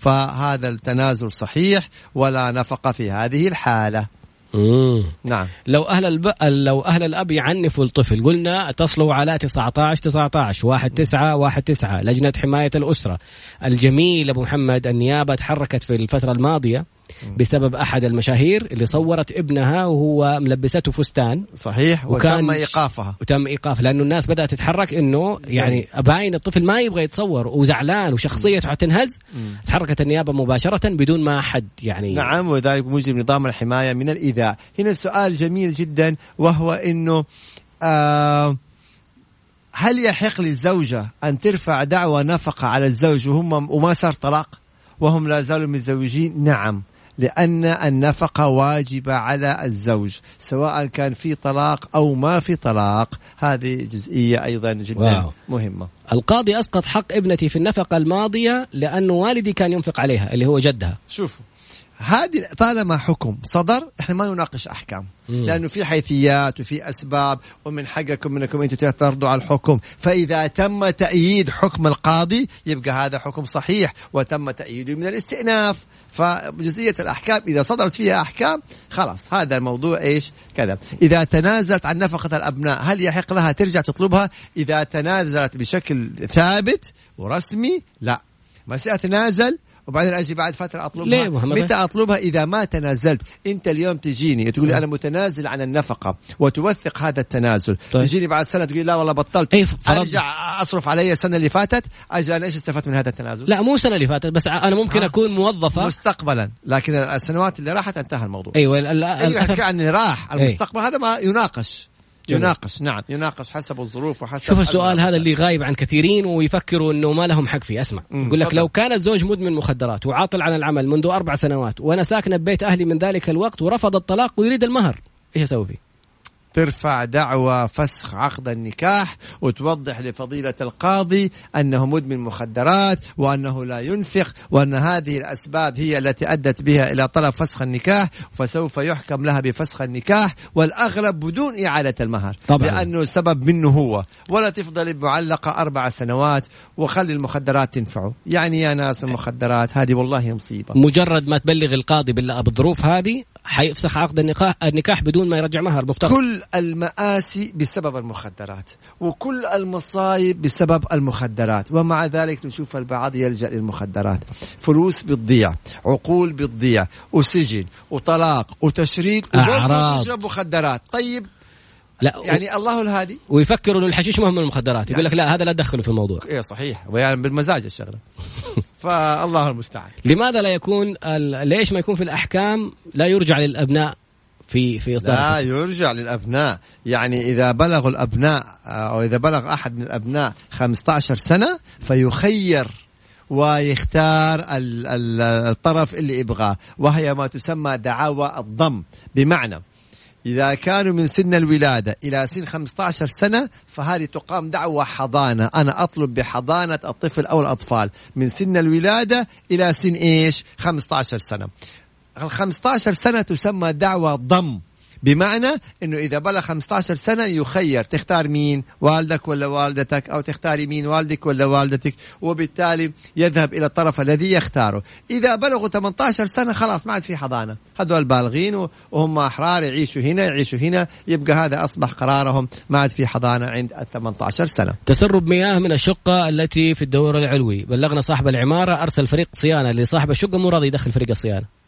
فهذا التنازل صحيح ولا نفقة في هذه الحالة. مم. نعم. لو أهل الب... لو أهل الأب يعنفوا الطفل، قلنا تصلوا على تسعة عشر تسعة عشر واحد تسعة واحد تسعة لجنة حماية الأسرة. الجميل أبو محمد النيابة تحركت في الفترة الماضية بسبب أحد المشاهير اللي صورت ابنها وهو ملبسته فستان. صحيح. وتم إيقافها. وتم إيقاف لأنه الناس بدأت تتحرك إنه يعني أباين الطفل ما يبغى يتصور وزعلان وشخصيته حتنهز. تحركت النيابة مباشرة بدون ما أحد يعني. نعم، وذلك موجب نظام الحماية من الإيذاء. هنا السؤال جميل جدا، وهو إنه آه هل يحق للزوجة أن ترفع دعوى نفقة على الزوج وهم وما صار طلاق وهم لا زالوا متزوجين؟ نعم، لأن النفقة واجبة على الزوج سواء كان في طلاق أو ما في طلاق. هذه جزئية أيضا جدا واو. مهمة. القاضي أسقط حق ابنتي في النفقة الماضية لأنه والدي كان ينفق عليها اللي هو جدها. شوفوا، هذه طالما حكم صدر احنا ما نناقش احكام، مم. لانه في حيثيات وفي اسباب، ومن حقكم منكم انتم تعترضوا على الحكم. فاذا تم تأييد حكم القاضي يبقى هذا حكم صحيح وتم تأييده من الاستئناف. فجزئية الأحكام إذا صدرت فيها أحكام خلاص هذا الموضوع إيش كذا. إذا تنازلت عن نفقة الأبناء هل يحق لها ترجع تطلبها؟ إذا تنازلت بشكل ثابت ورسمي لا، ما سأتنازل وبعدين أجي بعد فترة أطلبها. متى أطلبها؟ إذا ما تنازلت. أنت اليوم تجيني تقول لي أنا متنازل عن النفقة وتوثق هذا التنازل، طيب. تجيني بعد سنة تقول لا والله بطلت، أي أرجع أصرف علي السنة اللي فاتت، أجل أنا إيش استفدت من هذا التنازل؟ لا مو السنة اللي فاتت بس أنا ممكن ها. أكون موظفة مستقبلا، لكن السنوات اللي راحت انتهى الموضوع. أيوة أيوة حكي عن راح المستقبل. أي. هذا ما يناقش يناقش نعم يناقش حسب الظروف وحسب. شوف السؤال هذا اللي غايب عن كثيرين ويفكروا انه ما لهم حق فيه. اسمع، يقول لك لو كان الزوج مدمن مخدرات وعاطل عن العمل منذ أربع سنوات وانا ساكنه ببيت اهلي من ذلك الوقت ورفض الطلاق ويريد المهر، ايش اسوي فيه؟ ترفع دعوى فسخ عقد النكاح وتوضح لفضيلة القاضي أنه مدمن مخدرات وأنه لا ينفق وأن هذه الأسباب هي التي أدت بها إلى طلب فسخ النكاح، فسوف يحكم لها بفسخ النكاح والأغلب بدون إعادة المهر طبعا. لأنه السبب منه هو، ولا تفضل معلقة أربع سنوات وخلي المخدرات تنفعه. يعني يا ناس المخدرات هذه والله مصيبة. مجرد ما تبلغ القاضي بالظروف هذه حيفسخ عقد النكاح النكاح بدون ما يرجع مهر مفترض. كل المآسي بسبب المخدرات وكل المصايب بسبب المخدرات، ومع ذلك نشوف البعض يلجأ للمخدرات. فلوس بتضيع، عقول بتضيع، وسجن وطلاق وتشريد وبرضه يشرب مخدرات. طيب لا يعني و... الله الهادي. ويفكروا انه الحشيش مهم من المخدرات، يقول لك لا هذا لا تدخله في الموضوع. ايه صحيح، ويعني بالمزاج الشغله. فالله المستعان. لماذا لا يكون ال... ليش ما يكون في الاحكام لا يرجع للابناء في في إصدار لا يرجع للأبناء؟ يعني إذا بلغوا الأبناء أو إذا بلغ أحد من الأبناء خمسة عشر سنة فيخير ويختار الطرف اللي يبغاه، وهي ما تسمى دعاوى الضم. بمعنى إذا كانوا من سن الولادة إلى سن خمسة عشر سنة فهذه تقام دعوى حضانة، أنا أطلب بحضانة الطفل أو الأطفال من سن الولادة إلى سن إيش؟ خمسة عشر سنة. الخمسة عشر سنة تسمى دعوى ضم، بمعنى أنه إذا بلغ خمسة عشر سنة يخير، تختار مين، والدك ولا والدتك، أو تختاري مين، والدك ولا والدتك، وبالتالي يذهب إلى الطرف الذي يختاره. إذا بلغوا ثمانية عشر سنة خلاص ما عاد في حضانة، هذول بالغين وهم أحرار، يعيشوا هنا يعيشوا هنا، يبقى هذا أصبح قرارهم، ما عاد في حضانة عند ثمانية عشر سنة. تسرب مياه من الشقة التي في الدور العلوي، بلغنا صاحب العمارة، أرسل فريق صيانة لصاحب الشقة، مو راضي يدخل فريق الصيانة.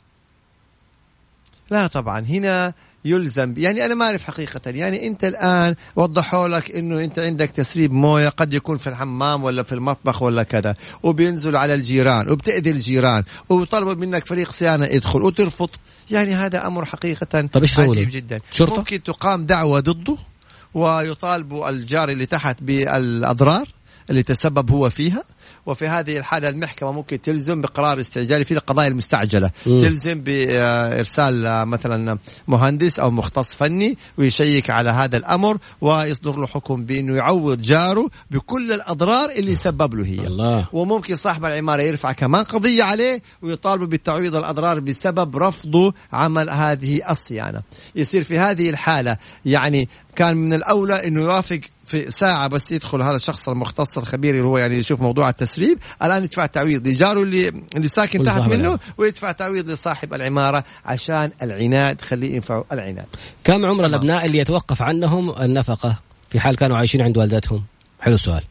لا طبعا هنا يلزم، يعني أنا ما أعرف حقيقة، يعني أنت الآن وضحوا لك إنه أنت عندك تسريب موية، قد يكون في الحمام ولا في المطبخ ولا كذا، وبينزل على الجيران وبتأذي الجيران، وطلبوا منك فريق صيانة يدخل وترفض، يعني هذا أمر حقيقة عجيب جدا. شرطة؟ ممكن تقام دعوة ضده ويطالبوا الجار اللي تحت بالأضرار اللي تسبب هو فيها، وفي هذه الحالة المحكمة ممكن تلزم بقرار استعجالي في القضايا المستعجلة، م. تلزم بإرسال مثلا مهندس أو مختص فني ويشيك على هذا الأمر ويصدر له حكم بأنه يعوض جاره بكل الأضرار اللي سبب له هي. الله. وممكن صاحب العمارة يرفع كمان قضية عليه ويطالب بالتعويض الأضرار بسبب رفضه عمل هذه الصيانة. يصير في هذه الحالة يعني كان من الأولى أنه يوافق في ساعة بس يدخل هذا الشخص المختص الخبير اللي هو يعني يشوف موضوع التسريب، الآن يدفع تعويض لجاره اللي اللي ساكن تحت منه، ويدفع تعويض لصاحب العمارة عشان العناد، خليه ينفعوا العناد. كم عمر الأبناء اللي يتوقف عنهم النفقة في حال كانوا عايشين عند والدتهم؟ حلو السؤال.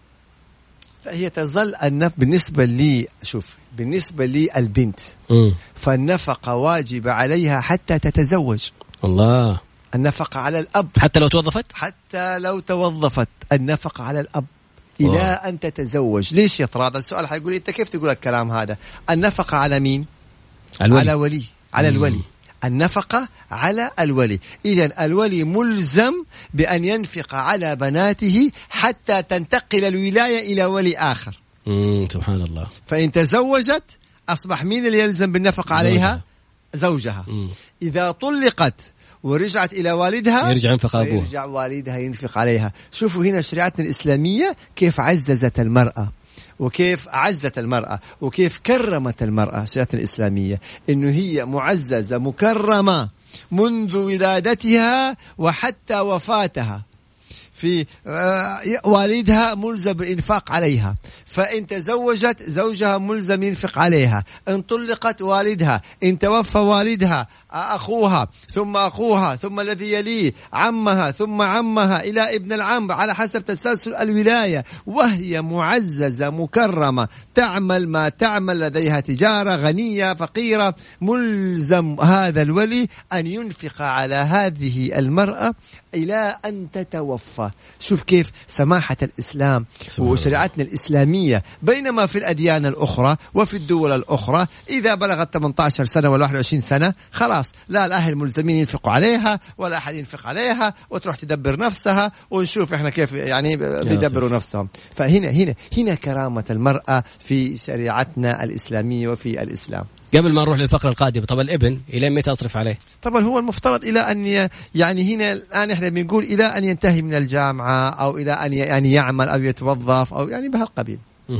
هي تظل النفقة بالنسبة لي، شوف بالنسبة لي البنت م. فالنفقة واجب عليها حتى تتزوج. الله. النفقة على الأب حتى لو توظفت؟ حتى لو توظفت النفقة على الأب إلى أوه. أن تتزوج. ليش يا ترى هذا السؤال؟ حيقول أنت كيف تقول الكلام هذا؟ النفقة على مين؟ الولي. على ولي، على مم. الولي. النفقة على الولي. إذن الولي ملزم بأن ينفق على بناته حتى تنتقل الولاية إلى ولي آخر. مم. سبحان الله. فإن تزوجت أصبح مين اللي يلزم بالنفقة عليها؟ زوجها. مم. إذا طلقت ورجعت إلى والدها يرجع ينفق أبوها، يرجع والدها ينفق عليها. شوفوا هنا شريعتنا الإسلامية كيف عززت المرأة وكيف أعزت المرأة وكيف كرمت المرأة. شريعتنا الإسلامية إنه هي معززة مكرمة منذ ولادتها وحتى وفاتها. في والدها ملزم بالإنفاق عليها، فإن تزوجت زوجها ملزم ينفق عليها، إن طلقت والدها، إن توفى والدها أخوها ثم أخوها ثم الذي يليه عمها ثم عمها إلى ابن العم على حسب تسلسل الولاية، وهي معززة مكرمة تعمل ما تعمل، لديها تجارة، غنية فقيرة، ملزم هذا الولي أن ينفق على هذه المرأة إلى أن تتوفى. شوف كيف سماحة الإسلام وشريعتنا الإسلامية. بينما في الأديان الأخرى وفي الدول الأخرى إذا بلغت ثمانية عشر سنة ولا واحد وعشرين سنة خلاص لا الأهل ملزمين ينفقوا عليها ولا أحد ينفق عليها، وتروح تدبر نفسها ونشوف إحنا كيف يعني بيدبروا نفسهم. فهنا هنا هنا كرامة المرأة في شريعتنا الإسلامية وفي الإسلام. قبل ما نروح للفقرة القادمة، طب الابن إلى متى أصرف عليه؟ طبعا هو المفترض إلى أن يعني هنا الآن إحنا بنقول إلى أن ينتهي من الجامعة أو إلى أن يعني يعمل أو يتوظف أو يعني بهالقبيل.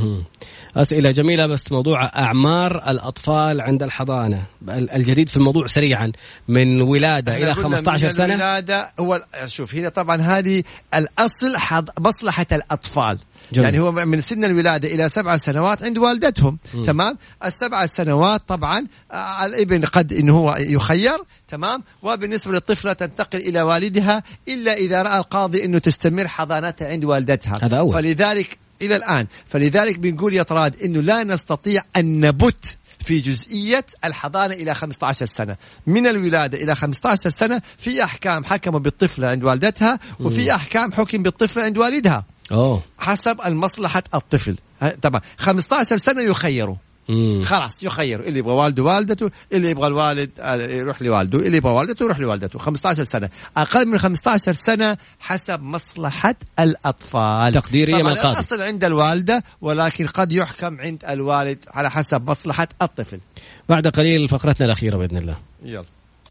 أسئلة جميلة، بس موضوع أعمار الأطفال عند الحضانة الجديد في الموضوع سريعا، من ولادة إلى خمسة عشر سنة. الولادة هو شوف هنا طبعا هذه الأصل مصلحة الأطفال. جميل. يعني هو من سن الولادة إلى سبع سنوات عند والدتهم. م. تمام. السبع سنوات طبعا الابن قد إنه هو يخير. تمام. وبالنسبة للطفلة تنتقل إلى والدها إلا إذا رأى القاضي إنه تستمر حضانتها عند والدتها. هذا أول. فلذلك إلى الآن فلذلك بنقول يا طراد إنه لا نستطيع أن نبت في جزئية الحضانة إلى خمسة عشر سنة. من الولادة إلى خمسة عشر سنة في أحكام حكموا بالطفلة عند والدتها، وفي أحكام حكم بالطفلة عند والدها أوه. حسب المصلحة الطفل. طبعا خمسة عشر سنة يخيروا، مم. خلاص يخير، اللي يبغى والده والدته، اللي يبغى الوالد يروح لوالده، اللي يبغى والدته يروح لوالدته. خمسة عشر سنة، أقل من خمسة عشر سنة حسب مصلحة الأطفال تقديريا. طبعا الأصل عند الوالدة، ولكن قد يحكم عند الوالد على حسب مصلحة الطفل. بعد قليل فقرتنا الأخيرة بإذن الله. يلا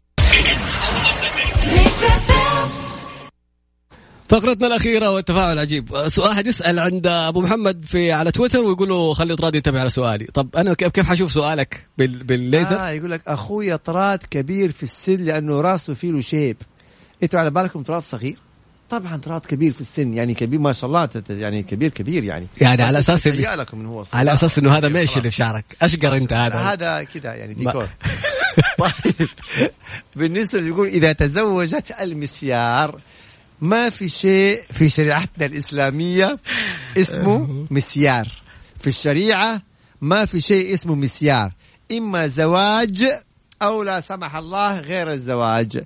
فقرتنا الأخيرة والتفاعل عجيب. سؤال يسأل عند أبو محمد في على تويتر ويقول له خلي طراد ينتبه على سؤالي. طب أنا كيف كيف حشوف سؤالك بال بالليزر؟ آه يقول لك أخوي طراد كبير في السن لأنه راسه فيه له شيب. أنتوا على بالكم طراد صغير؟ طبعا طراد كبير في السن، يعني كبير ما شاء الله، يعني كبير كبير يعني يعني على أساس لكم إنه هو على أساس إنه هذا ماشي اللي في شعرك أشقر أنت هذا هذا كده يعني ديكور. طيب بالنسبة يقول إذا تزوجت المسيار، ما في شيء في شريعتنا الإسلامية اسمه مسيار. في الشريعة ما في شيء اسمه مسيار، إما زواج أو لا سمح الله غير الزواج.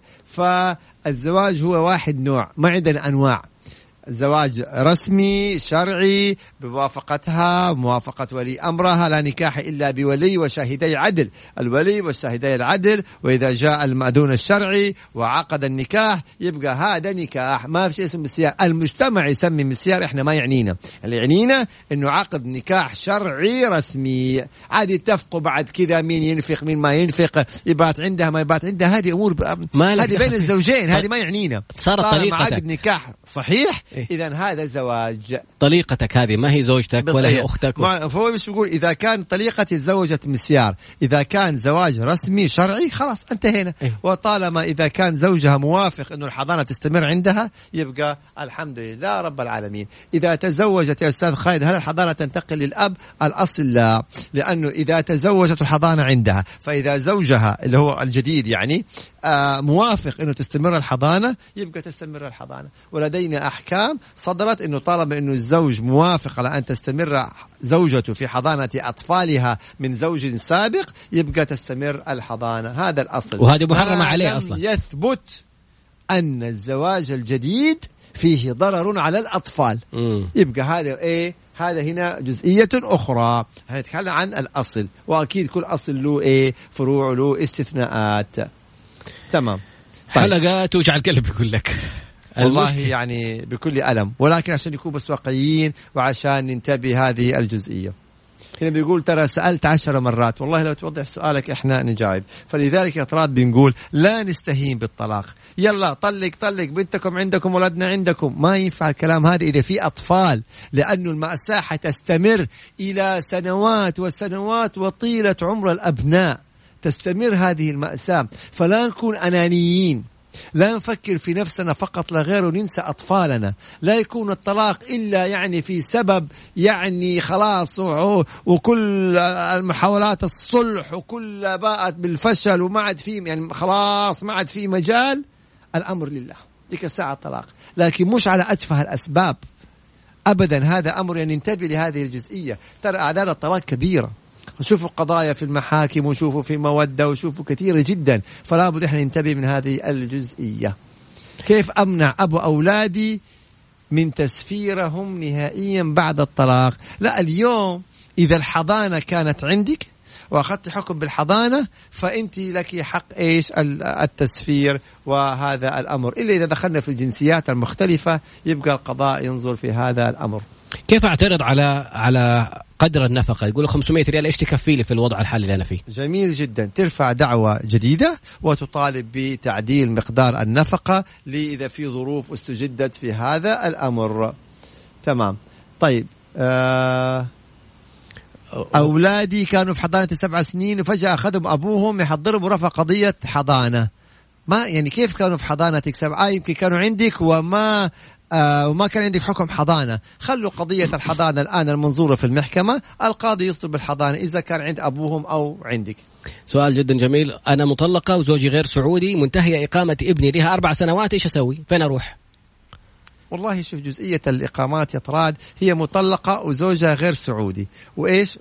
فالزواج هو واحد نوع، ما عندنا أنواع. زواج رسمي شرعي بموافقتها، موافقة ولي أمرها، لا نكاح إلا بولي وشاهدي عدل، الولي والشاهدي العدل، وإذا جاء المأذون الشرعي وعقد النكاح يبقى هذا نكاح، ما في شيء اسمه مسيار. المجتمع يسمي مسيار، إحنا ما يعنينا، اللي يعنينا إنه عقد نكاح شرعي رسمي، عادي يتفقوا بعد كذا مين ينفق مين ما ينفق، يبات عندها ما يبات عندها، هذه أمور هذه بين الزوجين، هذه ما يعنينا. صارت طريقتك عقد نكاح صحيح إذن هذا زواج. طليقتك هذه ما هي زوجتك ولا هي أختك. و... فهو مش يقول إذا كان طليقتي تزوجت مسيار، إذا كان زواج رسمي شرعي خلاص انتهينا. إيه؟ وطالما إذا كان زوجها موافق إنه الحضانة تستمر عندها يبقى الحمد لله رب العالمين. إذا تزوجت يا أستاذ خالد هل الحضانة تنتقل للأب؟ الأصل لا، لأنه إذا تزوجت الحضانة عندها، فإذا زوجها اللي هو الجديد يعني آه موافق إنه تستمر الحضانة يبقى تستمر الحضانة. ولدينا أحكام صدرت إنه طالما إنه الزوج موافق على أن تستمر زوجته في حضانة أطفالها من زوج سابق يبقى تستمر الحضانة. هذا الأصل، وهذا محرم عليه أصلا. يثبت أن الزواج الجديد فيه ضرر على الأطفال م. يبقى هذا إيه؟ هذا هنا جزئية أخرى. هنتكلم عن الأصل، وأكيد كل أصل له إيه؟ فروع له استثناءات. تمام. طيب. حلقة توجع القلب يقول لك والله يعني بكل ألم، ولكن عشان يكون بس واقعيين وعشان ننتبه هذه الجزئية. هنا بيقول ترى سألت عشر مرات، والله لو توضح سؤالك إحنا نجاوب. فلذلك يا طراد بنقول لا نستهين بالطلاق، يلا طلق طلق بنتكم عندكم ولدنا عندكم، ما ينفع الكلام هذا إذا في أطفال، لأنه المأساة حتستمر إلى سنوات وسنوات وطيلة عمر الأبناء تستمر هذه المأساة. فلا نكون أنانيين، لا نفكر في نفسنا فقط لا غير وننسى أطفالنا. لا يكون الطلاق إلا يعني في سبب يعني خلاص وكل المحاولات الصلح وكل باءت بالفشل وما عاد فيه يعني خلاص ما عاد فيه مجال، الأمر لله ديك الساعة الطلاق، لكن مش على أتفه الأسباب أبدا. هذا أمر يعني ننتبه لهذه الجزئية. ترى أعداد الطلاق كبيرة، وشوفوا قضايا في المحاكم وشوفوا في مودة وشوفوا كثيرة جدا، فلا بد إحنا ننتبه من هذه الجزئية. كيف أمنع أبو أولادي من تسفيرهم نهائيا بعد الطلاق؟ لا، اليوم إذا الحضانة كانت عندك وأخذت حكم بالحضانة فأنت لك حق إيش التسفير، وهذا الأمر إلا إذا دخلنا في الجنسيات المختلفة يبقى القضاء ينظر في هذا الأمر. كيف أعترض على على قدر النفقة؟ يقول خمسمائة ريال إيش تكفي لي في الوضع الحالي اللي أنا فيه؟ جميل جدا، ترفع دعوة جديدة وتطالب بتعديل مقدار النفقة لإذا في ظروف استجدت في هذا الأمر. تمام. طيب آه أولادي كانوا في حضانة سبع سنين وفجأة أخذهم أبوهم يحضرهم ورفع قضية حضانة. ما يعني كيف كانوا في حضانتك سبعة؟ آه يمكن كانوا عندك وما آه وما كان عندك حكم حضانة. خلوا قضية الحضانة الآن المنظورة في المحكمة، القاضي يطلب الحضانة إذا كان عند أبوهم أو عندك. سؤال جدا جميل. أنا مطلقة وزوجي غير سعودي، منتهية إقامة ابني لها أربع سنوات، إيش أسوي؟ فين أروح؟ والله شوف جزئية الإقامات يا طراد، هي مطلقة وزوجها غير سعودي وإيش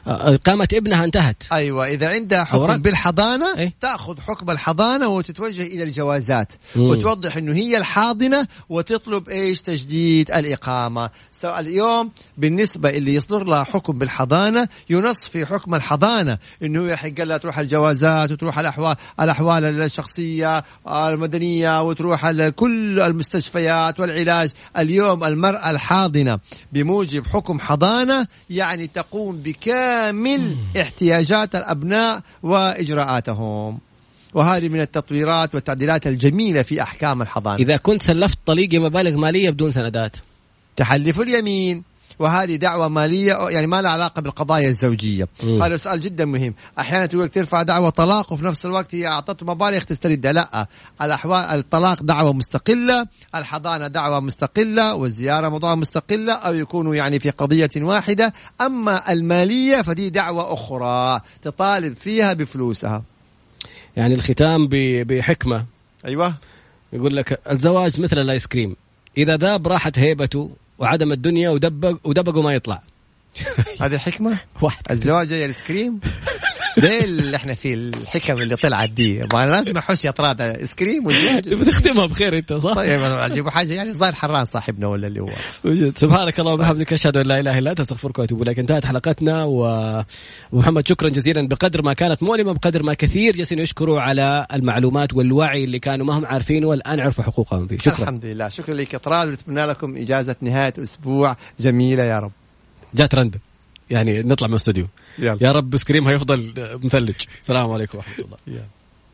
إقامة ابنها انتهت. أيوة، إذا عندها حكم بالحضانة إيه؟ تأخذ حكم الحضانة وتتوجه إلى الجوازات مم. وتوضح إنه هي الحاضنة وتطلب إيش تجديد الإقامة. سواء اليوم بالنسبة اللي يصدر لها حكم بالحضانة ينص في حكم الحضانة إنه يحق لها تروح الجوازات وتروح الأحوال الأحوال الشخصية المدنية وتروح على كل المستشفيات والعلاج. اليوم المرأة الحاضنة بموجب حكم حضانة يعني تقوم بكامل احتياجات الأبناء وإجراءاتهم، وهذه من التطويرات والتعديلات الجميلة في أحكام الحضانة. إذا كنت سلفت طليقي مبالغ مالية بدون سندات، تحلف اليمين، وهذه دعوة مالية يعني ما لها علاقة بالقضايا الزوجية. م. هذا سؤال جدا مهم. أحيانا تقول لك ترفع دعوة طلاق وفي نفس الوقت هي أعطته مبالغ تستردها. لا، الأحوال الطلاق دعوة مستقلة، الحضانة دعوة مستقلة، والزيارة موضوع مستقلة، أو يكونوا يعني في قضية واحدة. أما المالية فدي دعوة أخرى تطالب فيها بفلوسها. يعني الختام بحكمة. أيوة، يقول لك الزواج مثل الآيس كريم، إذا ذاب راحت هيبته وعدم الدنيا ودبق ودبق وما يطلع. هذه حكمة واحد. الزواج زي الايس كريم ده اللي احنا في الحكم اللي طلعت دي. انا لازم احوش يا طراد ايس كريم والزواج بتختمها بخير انت صح. طيب اجيبوا حاجه يعني ظاهر حران صاحبنا ولا اللي هو. سبحانك اللهم وبحمدك اشهد ان لا اله الا انت استغفرك واتوب اليك. انتهت حلقتنا، ومحمد شكرا جزيلا. بقدر ما كانت مؤلمه بقدر ما كثير جالسين يشكروا على المعلومات والوعي اللي كانوا ما هم عارفينه والان عرفوا حقوقهم فيه. شكرا. الحمد لله، شكرا لك يا طراد، ونتمنى لكم اجازه نهايه اسبوع جميله يا رب. جات رند يعني نطلع من الاستوديو يا رب. سكريم هيفضل مثلج. السلام عليكم ورحمة الله. يلا.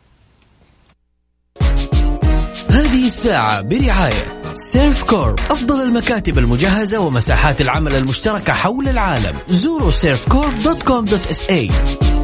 هذه الساعة برعاية سيرف كورب، أفضل المكاتب المجهزة ومساحات العمل المشتركة حول العالم. زوروا سيرف كورب دوت كوم دوت إس إيه.